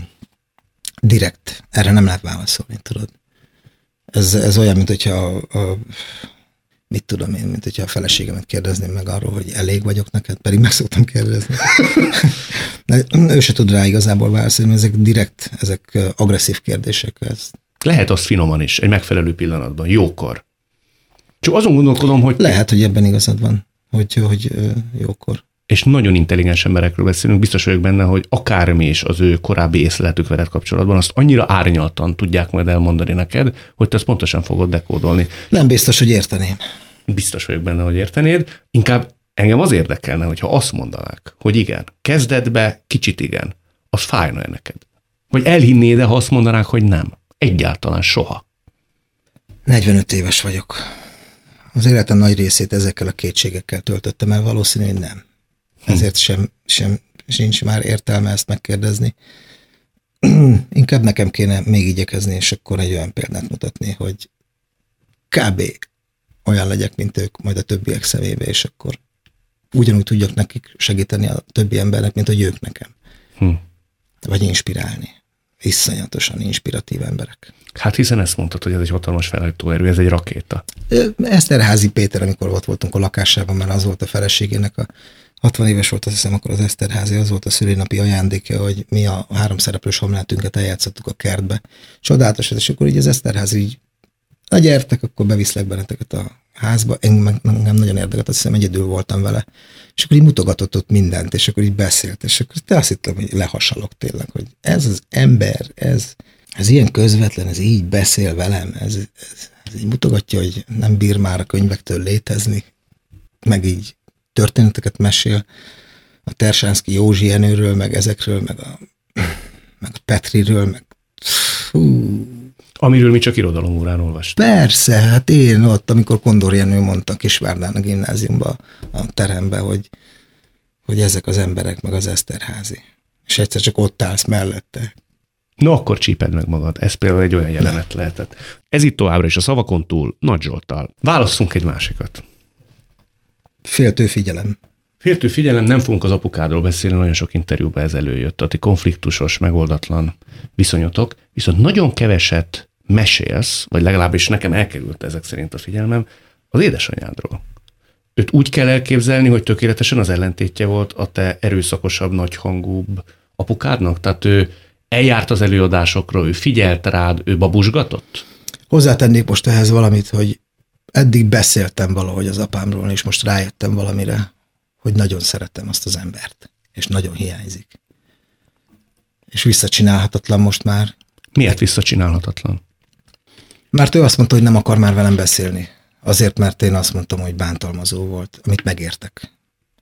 Speaker 3: direkt. Erre nem lehet válaszolni, tudod. Ez olyan, mint hogyha mit tudom én, mint hogyha a feleségemet kérdezném meg arról, hogy elég vagyok neked, pedig meg szoktam kérdezni. De ő se tud rá igazából válaszolni, ezek direkt, ezek agresszív kérdések.
Speaker 2: Lehet az finoman is, egy megfelelő pillanatban, jókor. Csak azon gondolkodom, hogy...
Speaker 3: Lehet, hogy ebben igazad van, hogy jókor.
Speaker 2: És nagyon intelligens emberekről beszélünk, biztos vagyok benne, hogy akármi is az ő korábbi észleletük veled kapcsolatban, azt annyira árnyaltan tudják majd elmondani neked, hogy te azt pontosan fogod dekódolni.
Speaker 3: Nem biztos, hogy érteném.
Speaker 2: Biztos vagyok benne, hogy értenéd. Inkább engem az érdekelne, hogyha azt mondanák, hogy igen, kezdetbe kicsit igen, az fájna neked. Vagy elhinnéd-e, ha azt mondanák, hogy nem? Egyáltalán soha.
Speaker 3: 45 éves vagyok. Az életem nagy részét ezekkel a kétségekkel töltöttem el, valószínűleg nem. Ezért sem sincs már értelme ezt megkérdezni. Inkább nekem kéne még igyekezni, és akkor egy olyan példát mutatni, hogy kb. Olyan legyek, mint ők, majd a többiek szemébe, és akkor ugyanúgy tudjak nekik segíteni a többi embernek, mint hogy ők nekem. Vagy inspirálni. Iszonyatosan inspiratív emberek.
Speaker 2: Hát hiszen ezt mondtad, hogy ez egy hatalmas felhajtóerő, ez egy rakéta.
Speaker 3: Eszterházy Péter, amikor ott voltunk a lakásában, mert az volt a feleségének, 60 éves volt, azt hiszem, akkor az Eszterházy, az volt a szülinapi ajándéka, hogy mi a 3 szereplős Hamletünket eljátszottuk a kertbe. Csodálatos, és akkor így az Eszterházy így, na gyertek, akkor beviszlek benneteket a házba. Engem nagyon érdekelt, azt hiszem, egyedül voltam vele. És akkor így mutogatott ott mindent, és akkor így beszélt, és akkor te azt hittem, hogy lehasalok tényleg, hogy ez az ember, ez ilyen közvetlen, ez így beszél velem, ez így mutogatja, hogy nem bír már a könyvektől létezni, meg így történeteket mesél a Tersánszky Józsi Jenőről, meg ezekről, meg a Petriről, meg
Speaker 2: Amiről mi csak irodalomórán olvastunk.
Speaker 3: Persze, hát én ott, amikor Kondor Jenő mondta Kisvárdán a gimnáziumban, a terembe, hogy ezek az emberek, meg az Eszterházy. És egyszer csak ott állsz mellette.
Speaker 2: No, akkor csíped meg magad. Ez például egy olyan jelenet lehetett. Ez itt továbbra is a szavakon túl, Nagy Zsolttal. Válasszunk egy másikat.
Speaker 3: Féltő figyelem.
Speaker 2: Féltő figyelem, nem fogunk az apukádról beszélni, nagyon sok interjúban ez előjött. A ti konfliktusos, megoldatlan viszonyotok, viszont nagyon keveset mesélsz, vagy legalábbis nekem elkerült ezek szerint a figyelmem, az édesanyádról. Őt úgy kell elképzelni, hogy tökéletesen az ellentétje volt a te erőszakosabb, nagyhangúbb apukádnak? Tehát ő eljárt az előadásokra, ő figyelt rád, ő babusgatott?
Speaker 3: Hozzátennék most ehhez valamit, hogy eddig beszéltem valahogy az apámról, és most rájöttem valamire, hogy nagyon szeretem azt az embert, és nagyon hiányzik. És visszacsinálhatatlan most már.
Speaker 2: Miért visszacsinálhatatlan? Mert
Speaker 3: ő azt mondta, hogy nem akar már velem beszélni. Azért, mert én azt mondtam, hogy bántalmazó volt, amit megértek.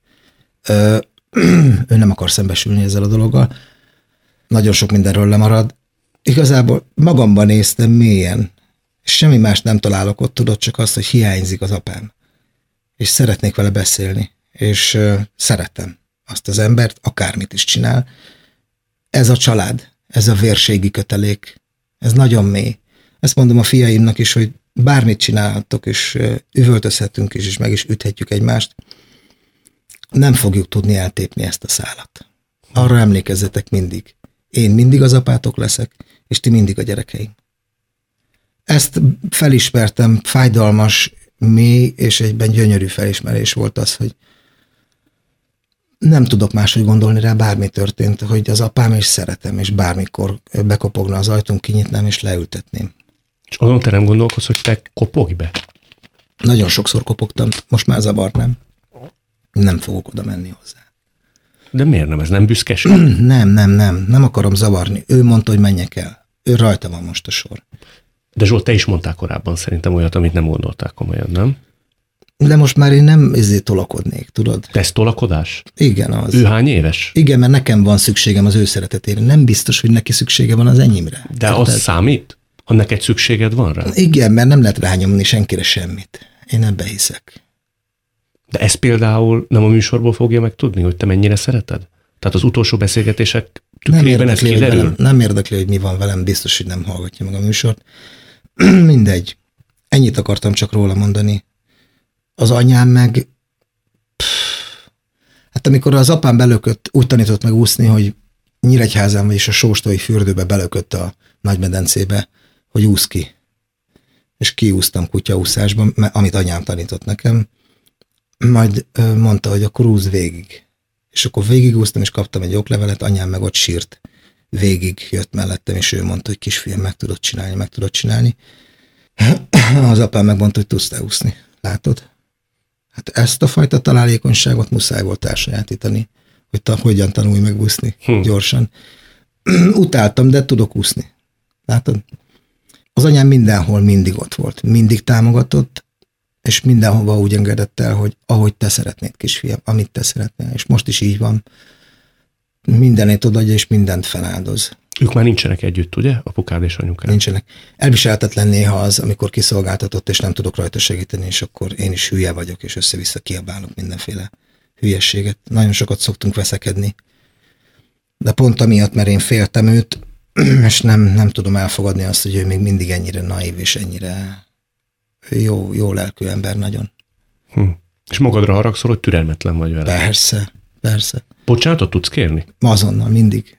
Speaker 3: Ő nem akar szembesülni ezzel a dologgal. Nagyon sok mindenről lemarad. Igazából magamban néztem mélyen, és semmi más nem találok ott, tudod, csak azt, hogy hiányzik az apám. És szeretnék vele beszélni. És szeretem azt az embert, akármit is csinál. Ez a család, ez a vérségi kötelék, ez nagyon mély. Ezt mondom a fiaimnak is, hogy bármit csinálhatok, és üvöltözhetünk is, és meg is üthetjük egymást, nem fogjuk tudni eltépni ezt a szálat. Arra emlékezzetek mindig. Én mindig az apátok leszek, és ti mindig a gyerekeim. Ezt felismertem, fájdalmas, mély és egyben gyönyörű felismerés volt az, hogy nem tudok máshogy gondolni rá, bármi történt, hogy az apám és szeretem, és bármikor bekopogna az ajtón, kinyitnám és leültetném.
Speaker 2: És azon te nem gondolkodsz, hogy te kopogj be?
Speaker 3: Nagyon sokszor kopogtam, most már zavarnám. Nem fogok oda menni hozzá.
Speaker 2: De miért nem? Ez nem büszkeség?
Speaker 3: Nem akarom zavarni. Ő mondta, hogy menjek el. Ő rajta van most a sor.
Speaker 2: De Zsolt, te is mondtál korábban szerintem olyat, amit nem gondolták komolyan, nem?
Speaker 3: De most már én nem tolakodnék, tudod?
Speaker 2: De ez tolakodás?
Speaker 3: Igen, az.
Speaker 2: Ő hány éves?
Speaker 3: Igen, mert nekem van szükségem az ő szeretetére. Nem biztos, hogy neki szüksége van az enyémre.
Speaker 2: De az számít? Ha neked szükséged van rá?
Speaker 3: Igen, mert nem lehet rányomni senkire semmit. Én ebbe hiszek.
Speaker 2: De ezt például nem a műsorból fogja megtudni, hogy te mennyire szereted? Tehát az utolsó beszélgetések tükrében ez kiderül?
Speaker 3: Nem érdekli, hogy mi van velem, biztos, hogy nem hallgatja meg a műsort. Mindegy. Ennyit akartam csak róla mondani. Az anyám meg... Hát amikor az apám belökött, úgy tanított meg úszni, hogy Nyíregyházán, vagyis a Sóstói fürdőbe belökött a Nagymedencébe, hogy úsz ki. És kiúztam kutyaúszásban, amit anyám tanított nekem. Majd mondta, hogy akkor úsz végig. És akkor végigúztam, és kaptam egy oklevelet, anyám meg ott sírt. Végig jött mellettem, és ő mondta, hogy kisfiam, meg tudod csinálni. Az apám megmondta, hogy tudsz te úszni. Látod? Hát ezt a fajta találékonyságot muszáj volt elsajátítani, hogy hogyan tanulj meg úszni gyorsan. Utáltam, de tudok úszni. Látod? Az anyám mindenhol mindig ott volt, mindig támogatott, és mindenhova úgy engedett el, hogy ahogy te szeretnéd, kisfiam, amit te szeretnél. És most is így van. Mindenét odaadja, és mindent feláldoz.
Speaker 2: Ők már nincsenek együtt, ugye? Apukád és anyukád.
Speaker 3: Nincsenek. Elviselhetetlen néha az, amikor kiszolgáltatott, és nem tudok rajta segíteni, és akkor én is hülye vagyok, és össze-vissza kiabálok mindenféle hülyességet. Nagyon sokat szoktunk veszekedni. De pont amiatt, mert én féltem őt, és nem tudom elfogadni azt, hogy ő még mindig ennyire naív, és ennyire jó lelkű ember nagyon.
Speaker 2: És magadra haragszol, hogy türelmetlen vagy vele?
Speaker 3: Persze.
Speaker 2: Bocsánatot tudsz kérni?
Speaker 3: Azonnal, mindig.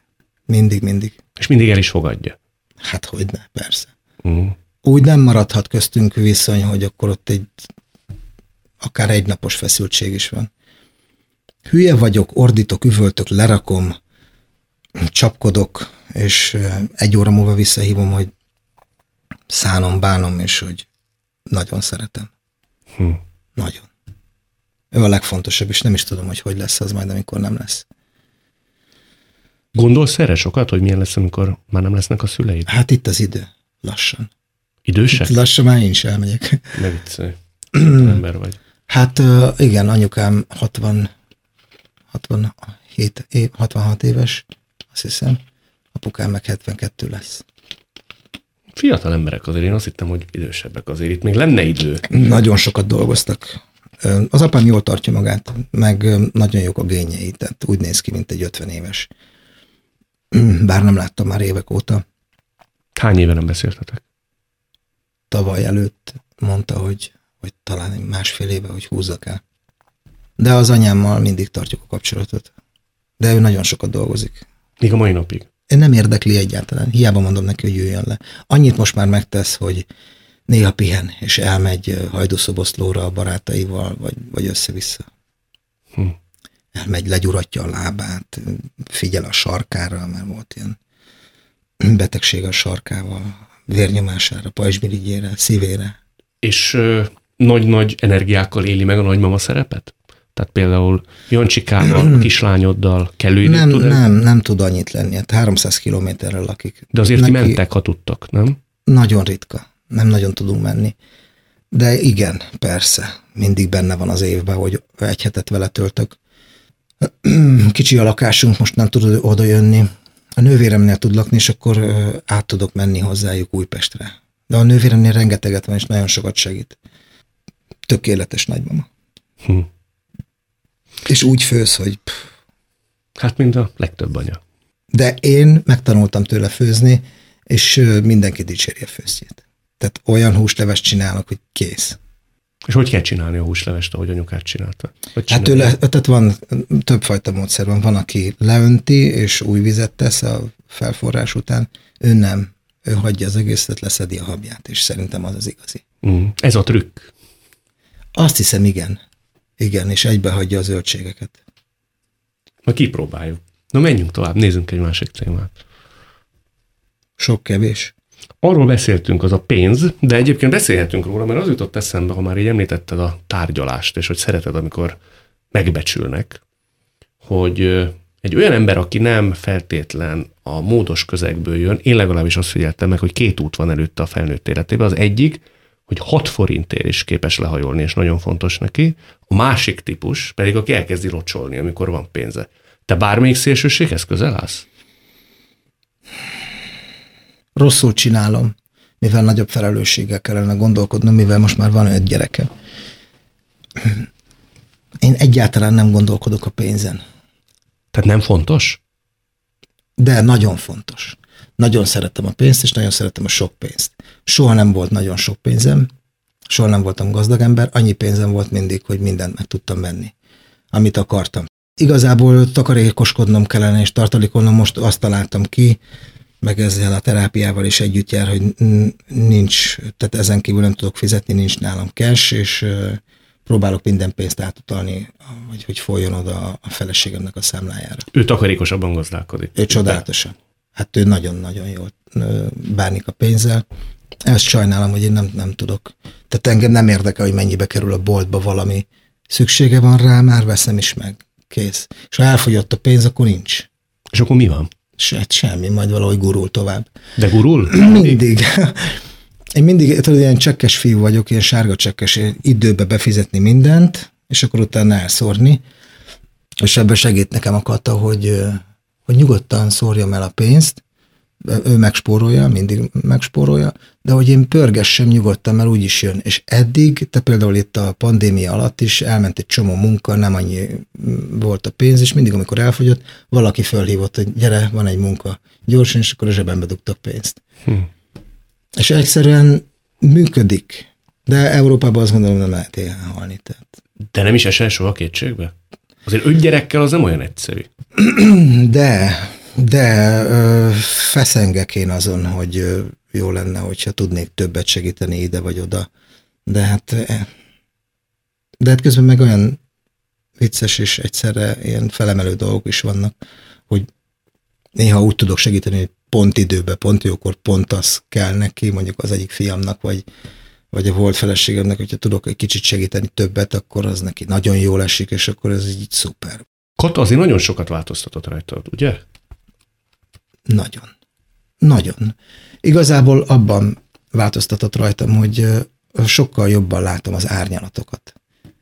Speaker 2: És mindig el is fogadja?
Speaker 3: Hát hogyne, persze. Úgy nem maradhat köztünk viszony, hogy akkor ott akár egynapos feszültség is van. Hülye vagyok, ordítok, üvöltök, lerakom, csapkodok, és 1 óra múlva visszahívom, hogy szánom, bánom, és hogy nagyon szeretem. Nagyon. Ő a legfontosabb, és nem is tudom, hogy lesz az majd, amikor nem lesz.
Speaker 2: Gondolsz erre sokat, hogy milyen lesz, amikor már nem lesznek a szüleid?
Speaker 3: Hát itt az idő. Lassan.
Speaker 2: Idősek?
Speaker 3: Itt lassan már én is elmegyek.
Speaker 2: Ne viccelj. Ember vagy.
Speaker 3: Hát igen, anyukám 66 éves, azt hiszem. Apukám meg 72 lesz.
Speaker 2: Fiatal emberek azért, én azt hittem, hogy idősebbek azért. Itt még lenne idő.
Speaker 3: Nagyon sokat dolgoztak. Az apám jól tartja magát, meg nagyon jók a génjei, tehát úgy néz ki, mint egy 50 éves. Bár nem láttam már évek óta.
Speaker 2: Hány éve nem beszéltetek?
Speaker 3: Tavaly előtt mondta, hogy talán 1,5 éve, hogy húzzak el. De az anyámmal mindig tartjuk a kapcsolatot. De ő nagyon sokat dolgozik.
Speaker 2: Még a mai napig?
Speaker 3: Én nem érdekli egyáltalán. Hiába mondom neki, hogy jöjjön le. Annyit most már megtesz, hogy néha pihen, és elmegy Hajdúszoboszlóra a barátaival, vagy össze-vissza. Elmegy, legyuratja a lábát, figyel a sarkára, mert volt ilyen betegség a sarkával, vérnyomására, pajzsmirigyére, szívére.
Speaker 2: És nagy-nagy energiákkal éli meg a nagymama szerepet? Tehát például Jancsikával, a kislányoddal kellő időt tud?
Speaker 3: Nem tud annyit lenni, hát 300 kilométerrel lakik.
Speaker 2: De azért ti mentek, ha tudtak, nem?
Speaker 3: Nagyon ritka, nem nagyon tudunk menni. De igen, persze, mindig benne van az évben, hogy 1 hetet vele töltök. Kicsi a lakásunk, most nem tud oda jönni. A nővéremnél tud lakni, és akkor át tudok menni hozzájuk Újpestre. De a nővéremnél rengeteget van, és nagyon sokat segít. Tökéletes nagymama. És úgy főz, hogy...
Speaker 2: Hát, mint a legtöbb anya.
Speaker 3: De én megtanultam tőle főzni, és mindenki dicséri a főztjét. Tehát olyan húslevest csinálok, hogy kész.
Speaker 2: És hogy kell csinálni a húslevest, ahogy anyukát csinálta?
Speaker 3: Hát tehát van többfajta módszer van. Van, aki leönti, és új vizet tesz a felforrás után. Ő nem. Ő hagyja az egészet, leszedi a habját, és szerintem az az igazi.
Speaker 2: Ez a trükk.
Speaker 3: Azt hiszem, igen. Igen, és egybehagyja a zöldségeket.
Speaker 2: Na kipróbáljuk. Na menjünk tovább, nézzünk egy másik témát.
Speaker 3: Sok-kevés.
Speaker 2: Arról beszéltünk, az a pénz, de egyébként beszélhetünk róla, mert az jutott eszembe, ha már így említetted a tárgyalást, és hogy szereted, amikor megbecsülnek, hogy egy olyan ember, aki nem feltétlen a módos közegből jön, én legalábbis azt figyeltem meg, hogy 2 út van előtte a felnőtt életében. Az egyik, hogy 6 forintért is képes lehajolni, és nagyon fontos neki. A másik típus pedig, aki elkezdi locsolni, amikor van pénze. Te bármelyik szélsőséghez közel állsz?
Speaker 3: Rosszul csinálom, mivel nagyobb felelősséggel kellene gondolkodnom, mivel most már van 5 gyereke. Én egyáltalán nem gondolkodok a pénzen.
Speaker 2: Tehát nem fontos?
Speaker 3: De nagyon fontos. Nagyon szeretem a pénzt, és nagyon szeretem a sok pénzt. Soha nem volt nagyon sok pénzem, soha nem voltam gazdag ember, annyi pénzem volt mindig, hogy mindent meg tudtam venni, amit akartam. Igazából takarékoskodnom kellene, és tartalékolnom, most azt találtam ki, meg ezzel a terápiával is együtt jár, hogy nincs, tehát ezen kívül nem tudok fizetni, nincs nálam cash, és próbálok minden pénzt átutalni, vagy hogy folyjon oda a feleségemnek a számlájára.
Speaker 2: Ő takarékosabban gazdálkodik.
Speaker 3: Ő csodálatosan. Hát ő nagyon-nagyon jól bánik a pénzzel. Ezt sajnálom, hogy én nem tudok. Tehát engem nem érdekel, hogy mennyibe kerül a boltba valami. Szüksége van rá, már veszem is meg. Kész. És ha elfogyott a pénz, akkor nincs.
Speaker 2: És akkor mi van?
Speaker 3: Semmi, majd valahogy gurul tovább.
Speaker 2: De gurul?
Speaker 3: Mindig. Én mindig, tudod, ilyen csekkes fiú vagyok, ilyen sárga csekkes, időbe befizetni mindent, és akkor utána elszórni. És ebben segít nekem a Kata, hogy nyugodtan szórjam el a pénzt, ő megspórolja, mindig megspórolja, de hogy én pörgessem nyugodtan, mert úgyis jön. És eddig, te például itt a pandémia alatt is elment egy csomó munka, nem annyi volt a pénz, és mindig, amikor elfogyott, valaki fölhívott, hogy gyere, van egy munka, gyorsan, és akkor a zsebembe dugtak pénzt. És egyszerűen működik. De Európában azt gondolom, nem lehet éhen halni. Tehát.
Speaker 2: De nem is esel soha kétségbe? Azért 5 gyerekkel az nem olyan egyszerű.
Speaker 3: De feszengek én azon, hogy jó lenne, hogyha tudnék többet segíteni ide vagy oda. De hát közben meg olyan vicces és egyszerre ilyen felemelő dolgok is vannak, hogy néha úgy tudok segíteni, hogy pont időben, pont jókor, pont az kell neki, mondjuk az egyik fiamnak, vagy a volt feleségemnek, hogyha tudok egy kicsit segíteni többet, akkor az neki nagyon jól esik, és akkor ez így szuper.
Speaker 2: Kata azért nagyon sokat változtatott rajtad, ugye?
Speaker 3: Nagyon. Nagyon. Igazából abban változtatott rajtam, hogy sokkal jobban látom az árnyalatokat.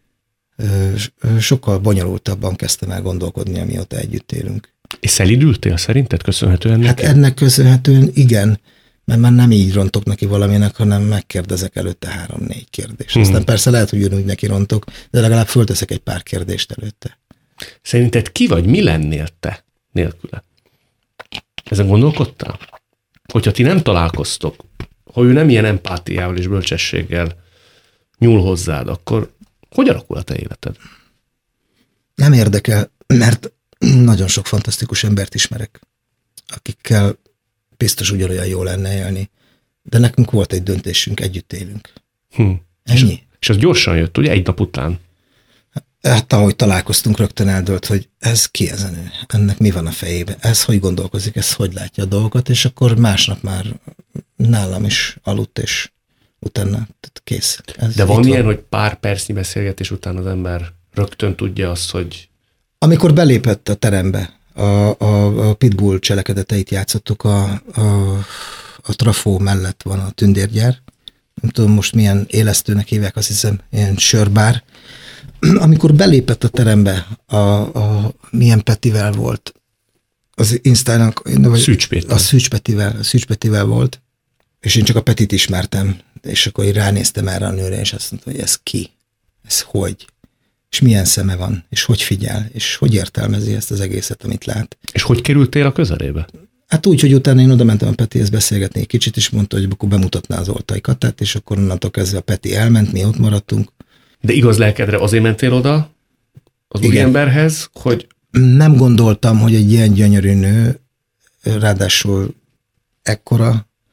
Speaker 3: Sokkal bonyolultabban kezdtem el gondolkodni, amióta együtt élünk.
Speaker 2: És szelídültél szerinted köszönhetően neki?
Speaker 3: Hát ennek köszönhetően igen, mert már nem így rontok neki valaminek, hanem megkérdezek előtte 3-4 kérdést. Aztán persze lehet, hogy úgy neki rontok, de legalább fölteszek egy pár kérdést előtte.
Speaker 2: Szerinted ki vagy, mi lennél te nélküle? Ezen gondolkodtál? Hogyha ti nem találkoztok, ha ő nem ilyen empátiával és bölcsességgel nyúl hozzád, akkor hogy alakul a te életed?
Speaker 3: Nem érdekel, mert nagyon sok fantasztikus embert ismerek, akikkel biztos ugyanolyan jó lenne élni. De nekünk volt egy döntésünk, együtt élünk. Ennyi.
Speaker 2: És az gyorsan jött, ugye? Egy nap után?
Speaker 3: Hát ahogy találkoztunk, rögtön eldőlt, hogy ez ki ez a nő? Ennek mi van a fejében? Ez hogy gondolkozik? Ez hogy látja a dolgokat? És akkor másnap már nálam is aludt, és utána kész.
Speaker 2: De van ilyen, hogy pár percnyi beszélgetés után az ember rögtön tudja azt, hogy...
Speaker 3: Amikor belépett a terembe, a Pitbull cselekedeteit játszottuk, a trafó mellett van a tündérgyár. Nem tudom most milyen élesztőnek hívják, azt hiszem, ilyen sörbár. Amikor belépett a terembe, milyen Petivel volt, az Instának, a Szűcs Petivel volt, és én csak a Petit ismertem, és akkor én ránéztem erre a nőre, és azt mondtam, hogy ez ki? Ez hogy? És milyen szeme van? És hogy figyel? És hogy értelmezi ezt az egészet, amit lát?
Speaker 2: És hogy kerültél a közelébe?
Speaker 3: Hát úgy, hogy utána én oda mentem a Petihez beszélgetni egy kicsit, és mondta, hogy akkor bemutatná az Oltai Katát, és akkor onnantól kezdve a Peti elment, mi ott maradtunk.
Speaker 2: De igaz lelkedre azért mentél oda az új emberhez, hogy...
Speaker 3: Nem gondoltam, hogy egy ilyen gyönyörű nő, ráadásul ekkora,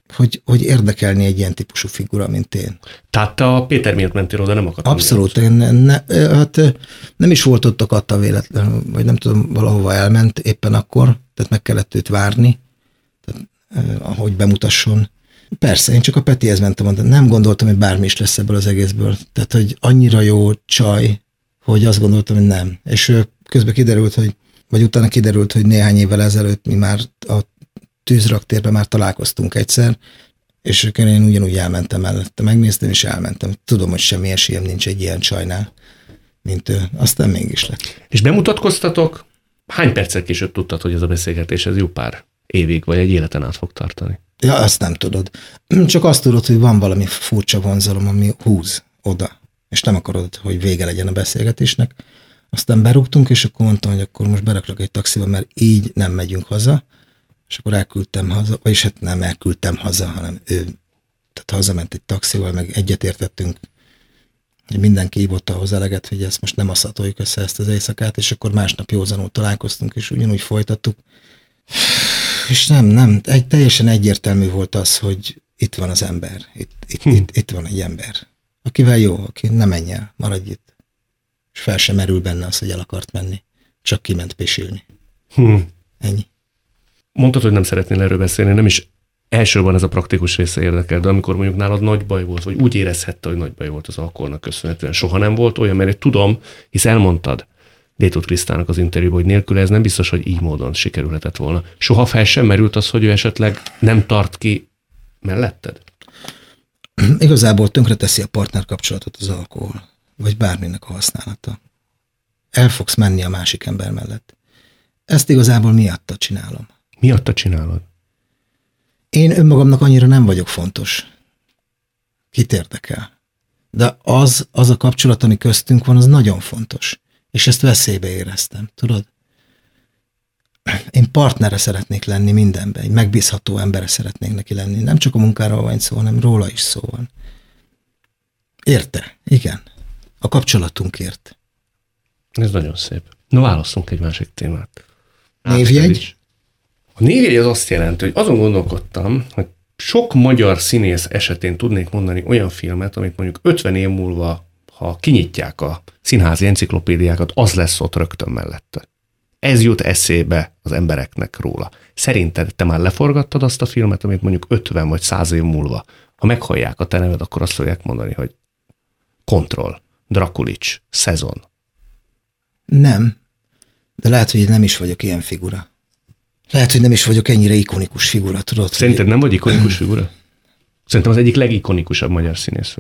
Speaker 3: hogy érdekelni egy ilyen típusú figura, mint én.
Speaker 2: Tehát te a Péter miatt mentél oda, nem akartam.
Speaker 3: Abszolút. Hát nem is volt ott akadt véletlenül, vagy nem tudom, valahova elment éppen akkor, tehát meg kellett őt várni, tehát, ahogy bemutasson. Persze, én csak a Petihez mentem, de nem gondoltam, hogy bármi is lesz ebből az egészből. Tehát, hogy annyira jó csaj, hogy azt gondoltam, hogy nem. És közben kiderült, vagy utána kiderült, hogy néhány évvel ezelőtt mi már a tűzraktérben már találkoztunk egyszer, és én ugyanúgy elmentem mellette. Megnéztem, és elmentem. Tudom, hogy semmi esélyem nincs egy ilyen csajnál, mint ő. Aztán mégis lett.
Speaker 2: És bemutatkoztatok? Hány perccel később tudtad, hogy ez a beszélgetés ez jó pár évig, vagy egy életen át fog tartani?
Speaker 3: Ja, azt nem tudod. Csak azt tudod, hogy van valami furcsa vonzalom, ami húz oda, és nem akarod, hogy vége legyen a beszélgetésnek. Aztán berúgtunk, és akkor mondtam, hogy akkor most beraklak egy taxiba, mert így nem megyünk haza, és akkor elküldtem haza, vagyis hát nem elküldtem haza, hanem ő, tehát hazament egy taxival, meg egyetértettünk, hogy mindenki hívott ahhoz eleget, hogy ezt most nem asszatoljuk össze ezt az éjszakát, és akkor másnap józanul találkoztunk, és ugyanúgy folytattuk. És nem, teljesen egyértelmű volt az, hogy itt van az ember, itt van egy ember, akivel jó, aki nem menj el, maradj itt. És fel sem merül benne az, hogy el akart menni, csak kiment pisilni. Ennyi.
Speaker 2: Mondtad, hogy nem szeretnél erről beszélni, nem is elsősorban ez a praktikus része érdekel, de amikor mondjuk nálad nagy baj volt, vagy úgy érezhette, hogy nagy baj volt az alkoholnak köszönhetően, soha nem volt olyan, mert tudom, hisz elmondtad Détóth Krisztának az interjúban, hogy nélkül ez nem biztos, hogy így módon sikerülhetett volna. Soha fel sem merült az, hogy ő esetleg nem tart ki melletted?
Speaker 3: Igazából tönkreteszi a partnerkapcsolatot az alkohol, vagy bárminek a használata. El fogsz menni a másik ember mellett. Ezt igazából miatta csinálom.
Speaker 2: Miatta csinálod?
Speaker 3: Én önmagamnak annyira nem vagyok fontos. Kit érdekel? De az a kapcsolat, ami köztünk van, az nagyon fontos. És ezt veszélybe éreztem, tudod? Én partnere szeretnék lenni mindenben, egy megbízható emberre szeretnék neki lenni. Nem csak a munkáról van szó, hanem róla is szó van. Érte? Igen. A kapcsolatunkért.
Speaker 2: Ez nagyon szép. Na, válasszunk egy másik témát.
Speaker 3: Névjegy?
Speaker 2: A névjegy az azt jelenti, hogy azon gondolkodtam, hogy sok magyar színész esetén tudnék mondani olyan filmet, amit mondjuk 50 év múlva, ha kinyitják a színházi enciklopédiákat, az lesz ott rögtön mellette. Ez jut eszébe az embereknek róla. Szerinted te már leforgattad azt a filmet, amit mondjuk 50 vagy 100 év múlva, ha meghallják a te neved, akkor azt fogják mondani, hogy Kontroll, Drakulics, Szezon.
Speaker 3: Nem. De lehet, hogy nem is vagyok ilyen figura. Lehet, hogy nem is vagyok ennyire ikonikus figura, tudod?
Speaker 2: Szerinted nem vagy ikonikus figura? Szerintem az egyik legikonikusabb magyar színész.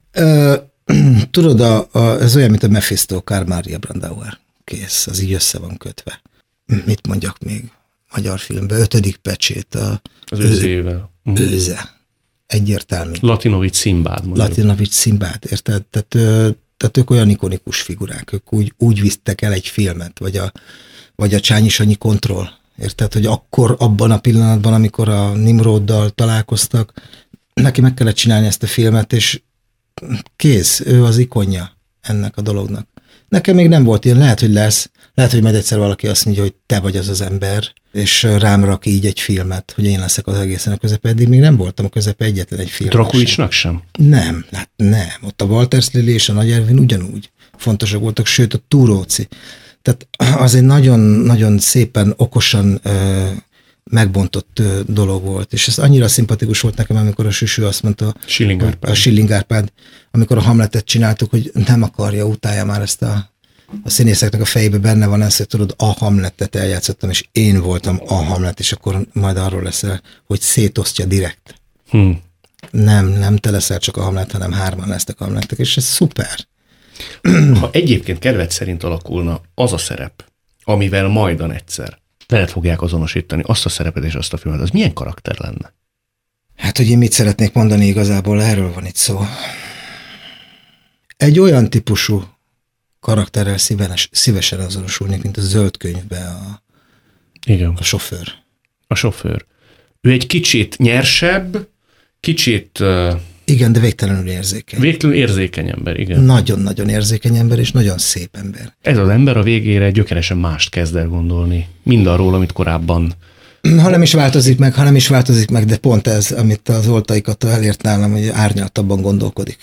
Speaker 3: Tudod, ez olyan, mint a Mephisto, Karl Maria Brandauer. Kész, az így össze van kötve. Mit mondjak még magyar filmben? 5. pecsét.
Speaker 2: Az Őzével.
Speaker 3: Őze. Egyértelmű.
Speaker 2: Latinovics Szimbád.
Speaker 3: Latinovics Szimbád, érted? Tehát ők olyan ikonikus figurák, ők úgy visztek el egy filmet, vagy a Csányi Sanyi Kontroll, érted? Hogy akkor abban a pillanatban, amikor a Nimroddal találkoztak, neki meg kellett csinálni ezt a filmet, és kész, ő az ikonja ennek a dolognak. Nekem még nem volt ilyen, lehet, hogy lesz, lehet, hogy majd egyszer valaki azt mondja, hogy te vagy az az ember, és rám rak így egy filmet, hogy én leszek az egészen a közepe, eddig még nem voltam a közepe egyetlen egy filmben.
Speaker 2: Drakulicsnak sem?
Speaker 3: Nem, hát nem. Ott a Walters Lili és a Nagy Ervin ugyanúgy fontosak voltak, sőt a Túróci. Tehát az egy nagyon-nagyon szépen, okosan megbontott dolog volt, és ez annyira szimpatikus volt nekem, amikor a Süsű azt mondta, a Schilling Árpád, amikor a Hamletet csináltuk, hogy nem akarja, utálja már ezt a színészeknek a fejébe benne van ez, hogy tudod, a Hamletet eljátszottam, és én voltam a Hamlet, és akkor majd arról leszel, hogy szétosztja direkt. Nem te leszel csak a Hamlet, hanem 3 lesztek Hamletek, és ez szuper.
Speaker 2: Ha egyébként kedved szerint alakulna az a szerep, amivel majdan egyszer veled fogják azonosítani azt a szerepet és azt a filmet, az milyen karakter lenne?
Speaker 3: Hát, hogy én mit szeretnék mondani, igazából erről van itt szó. Egy olyan típusú karakterrel szívesen azonosulnék, mint a Zöld Könyvben a sofőr.
Speaker 2: A sofőr. Ő egy kicsit nyersebb, kicsit...
Speaker 3: Igen, de végtelenül érzékeny.
Speaker 2: Végtelenül érzékeny ember, igen.
Speaker 3: Nagyon-nagyon érzékeny ember, és nagyon szép ember.
Speaker 2: Ez az ember a végére gyökeresen mást kezd el gondolni. Mindarról, amit korábban
Speaker 3: Ha nem is változik meg, de pont ez, amit az Oltaikat elért nálam, hogy árnyaltabban gondolkodik.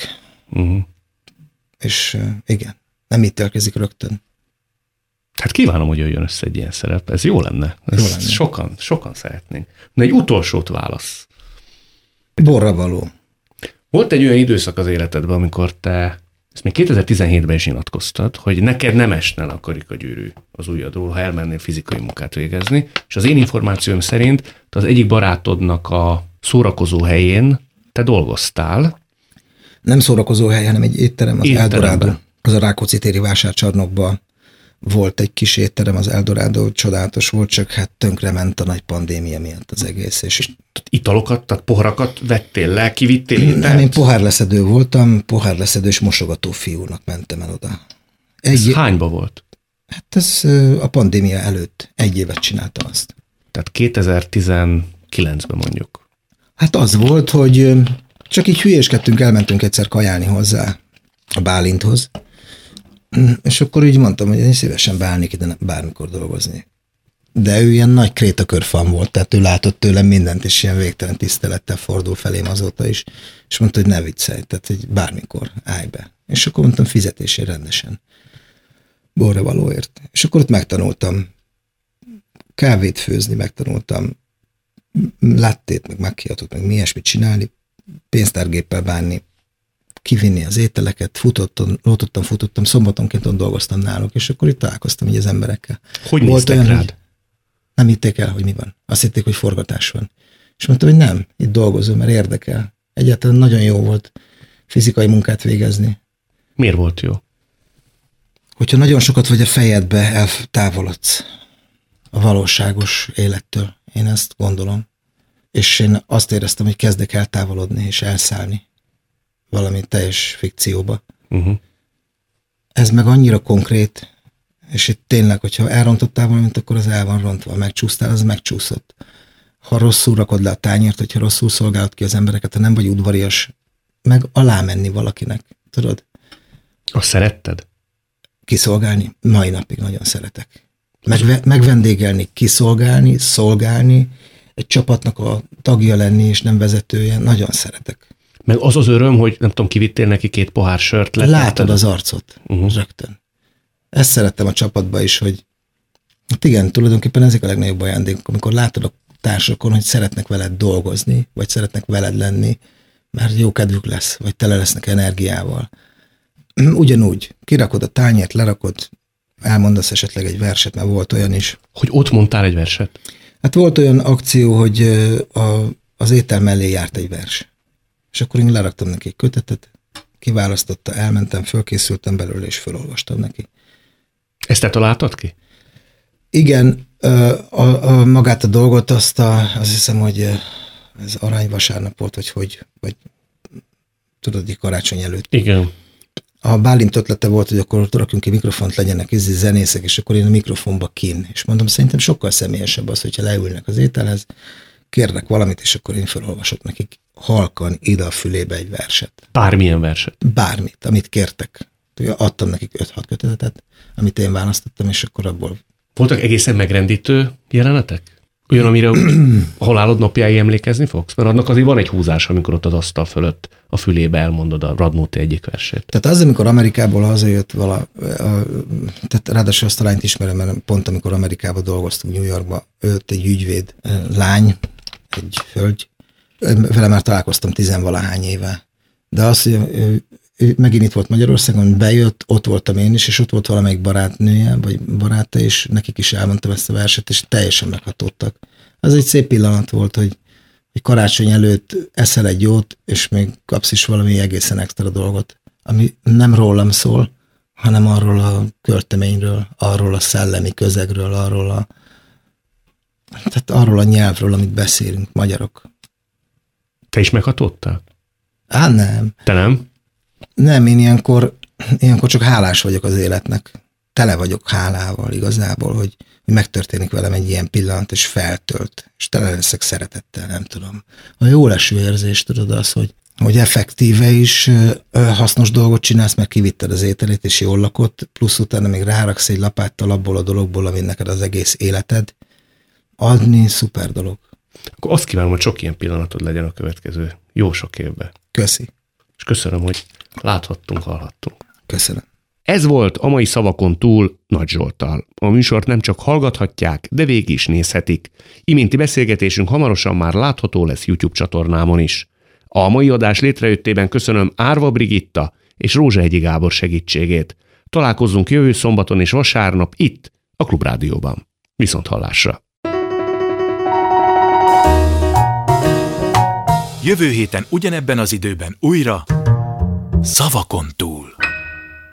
Speaker 3: És igen, nem ítélkezik rögtön.
Speaker 2: Hát kívánom, hogy jöjjön össze egy ilyen szerep. Ez jó lenne. Sokan szeretnénk. De egy utolsót válasz.
Speaker 3: Borra való.
Speaker 2: Volt egy olyan időszak az életedben, amikor te, ezt még 2017-ben is nyilatkoztad, hogy neked nem esne le a karikagyűrű az ujjadról, ha elmennél fizikai munkát végezni, és az én információim szerint te az egyik barátodnak a szórakozó helyén te dolgoztál.
Speaker 3: Nem szórakozó hely, hanem egy étterem, az Eldorado. Az a Rákóczi téri vásárcsarnokban volt egy kis étterem, az Eldorado, csodálatos volt, csak hát tönkrement a nagy pandémia miatt az egész. És
Speaker 2: italokat, tehát poharakat vettél le, kivittél ételt?
Speaker 3: Nem, én pohárleszedő voltam, pohárleszedős mosogató fiúnak mentem el oda.
Speaker 2: Ez hányba volt?
Speaker 3: Hát ez a pandémia előtt 1 évet csináltam azt.
Speaker 2: Tehát 2019-ben mondjuk. Hát
Speaker 3: az volt, hogy csak így hülyéskedtünk, elmentünk egyszer kajálni hozzá a Bálinthoz, és akkor úgy mondtam, hogy én szívesen beállnék ide bármikor dolgozni. De ő ilyen nagy krétakörfan volt, tehát ő látott tőlem mindent, és ilyen végtelen tisztelettel fordul felém azóta is, és mondta, hogy ne viccelj, tehát hogy bármikor állj be. És akkor mondtam, fizetésért rendesen. Borra valóért. És akkor ott megtanultam kávét főzni, megtanultam lattét, meg macchiatót, meg mi ilyesmit csinálni, pénztárgéppel bánni, kivinni az ételeket, futottam, szombatonként ott dolgoztam náluk, és akkor itt találkoztam így az emberekkel.
Speaker 2: Hogy néztek rád?
Speaker 3: Hogy nem hitték el, hogy mi van. Azt hitték, hogy forgatás van. És mondtam, hogy nem, itt dolgozom, mert érdekel. Egyáltalán nagyon jó volt fizikai munkát végezni.
Speaker 2: Miért volt jó?
Speaker 3: Hogyha nagyon sokat vagy a fejedbe, eltávolodsz a valóságos élettől. Én ezt gondolom. És én azt éreztem, hogy kezdek eltávolodni és elszállni valami teljes fikcióba. Ez meg annyira konkrét, és itt tényleg, hogyha elrontottál valamit, akkor az el van rontva. Megcsúsztál, az megcsúszott. Ha rosszul rakod le a tányért, hogyha rosszul szolgálod ki az embereket, ha nem vagy udvarias, meg alámenni valakinek, tudod?
Speaker 2: Azt szeretted?
Speaker 3: Kiszolgálni? Mai napig nagyon szeretek. Megvendégelni, kiszolgálni, szolgálni, egy csapatnak a tagja lenni, és nem vezetője, nagyon szeretek.
Speaker 2: Meg az az öröm, hogy nem tudom, kivittél neki 2 pohár sört.
Speaker 3: Látod az arcot, rögtön. Ezt szerettem a csapatba is, hogy hát igen, tulajdonképpen ezek a legnagyobb ajándékok, amikor látod a társakon, hogy szeretnek veled dolgozni, vagy szeretnek veled lenni, mert jó kedvük lesz, vagy tele lesznek energiával. Ugyanúgy, kirakod a tányért, lerakod, elmondasz esetleg egy verset, mert volt olyan is.
Speaker 2: Hogy ott mondtál egy verset?
Speaker 3: Hát volt olyan akció, hogy az étel mellé járt egy vers. És akkor én leraktam neki egy kötetet, kiválasztotta, elmentem, fölkészültem belőle, és felolvastam neki.
Speaker 2: Ezt te találtad ki?
Speaker 3: Igen, magát a dolgot, azt hiszem, hogy ez aranyvasárnap volt, vagy tudod, hogy karácsony előtt.
Speaker 2: Igen.
Speaker 3: A Bálint ötlete volt, hogy akkor rakjunk ki mikrofont, legyenek zenészek, és akkor én a mikrofonba kín. És mondom, szerintem sokkal személyesebb az, hogyha leülnek az ételhez, kérnek valamit, és akkor én felolvasok nekik halkan ide a fülébe egy verset.
Speaker 2: Bármilyen verset? Bármit,
Speaker 3: amit kértek. Adtam nekik 5-6 kötetet, amit én választottam, és akkor abból...
Speaker 2: Voltak egészen megrendítő jelenetek? Olyan, amire a halálod napjáig emlékezni fogsz? Mert annak azért van egy húzás, amikor ott az asztal fölött a fülébe elmondod a Radnóti egyik versét.
Speaker 3: Tehát az, amikor Amerikából hazajött tehát ráadásul azt a lányt ismerem, mert pont amikor Amerikában dolgoztunk, New Yorkba, őt egy ügyvéd lány, egy hölgy, vele már találkoztam 10-valahány éve. De az, hogy ő megint itt volt Magyarországon, bejött, ott voltam én is, és ott volt valamelyik barátnője, vagy baráta, és nekik is elmondtam ezt a verset, és teljesen meghatódtak. Az egy szép pillanat volt, hogy karácsony előtt eszel egy jót, és még kapsz is valami egészen extra dolgot, ami nem rólam szól, hanem arról a költeményről, arról a szellemi közegről, arról a nyelvről, amit beszélünk, magyarok.
Speaker 2: Te is meghatódtál?
Speaker 3: Nem.
Speaker 2: Te nem?
Speaker 3: Nem, én ilyenkor csak hálás vagyok az életnek. Tele vagyok hálával igazából, hogy megtörténik velem egy ilyen pillanat, és feltölt, és tele leszek szeretettel, nem tudom. A jó leső érzés, tudod az, hogy effektíve is hasznos dolgot csinálsz, mert kivitted az ételét, és jól lakott, plusz utána még ráraksz egy lapáttal abból a dologból, ami neked az egész életed, adni szuper dolog.
Speaker 2: Akkor azt kívánom, hogy sok ilyen pillanatod legyen a következő jó sok évben.
Speaker 3: Köszi.
Speaker 2: És köszönöm, hogy láthattunk, hallhattunk.
Speaker 3: Köszönöm.
Speaker 2: Ez volt a mai Szavakon túl Nagy Zsolttal. A műsort nem csak hallgathatják, de végig is nézhetik. Iminti beszélgetésünk hamarosan már látható lesz YouTube csatornámon is. A mai adás létrejöttében köszönöm Árva Brigitta és Rózsahegyi Gábor segítségét. Találkozzunk jövő szombaton és vasárnap itt, a Klubrádióban. Viszonthallásra!
Speaker 1: Jövő héten ugyanebben az időben újra Szavakon túl.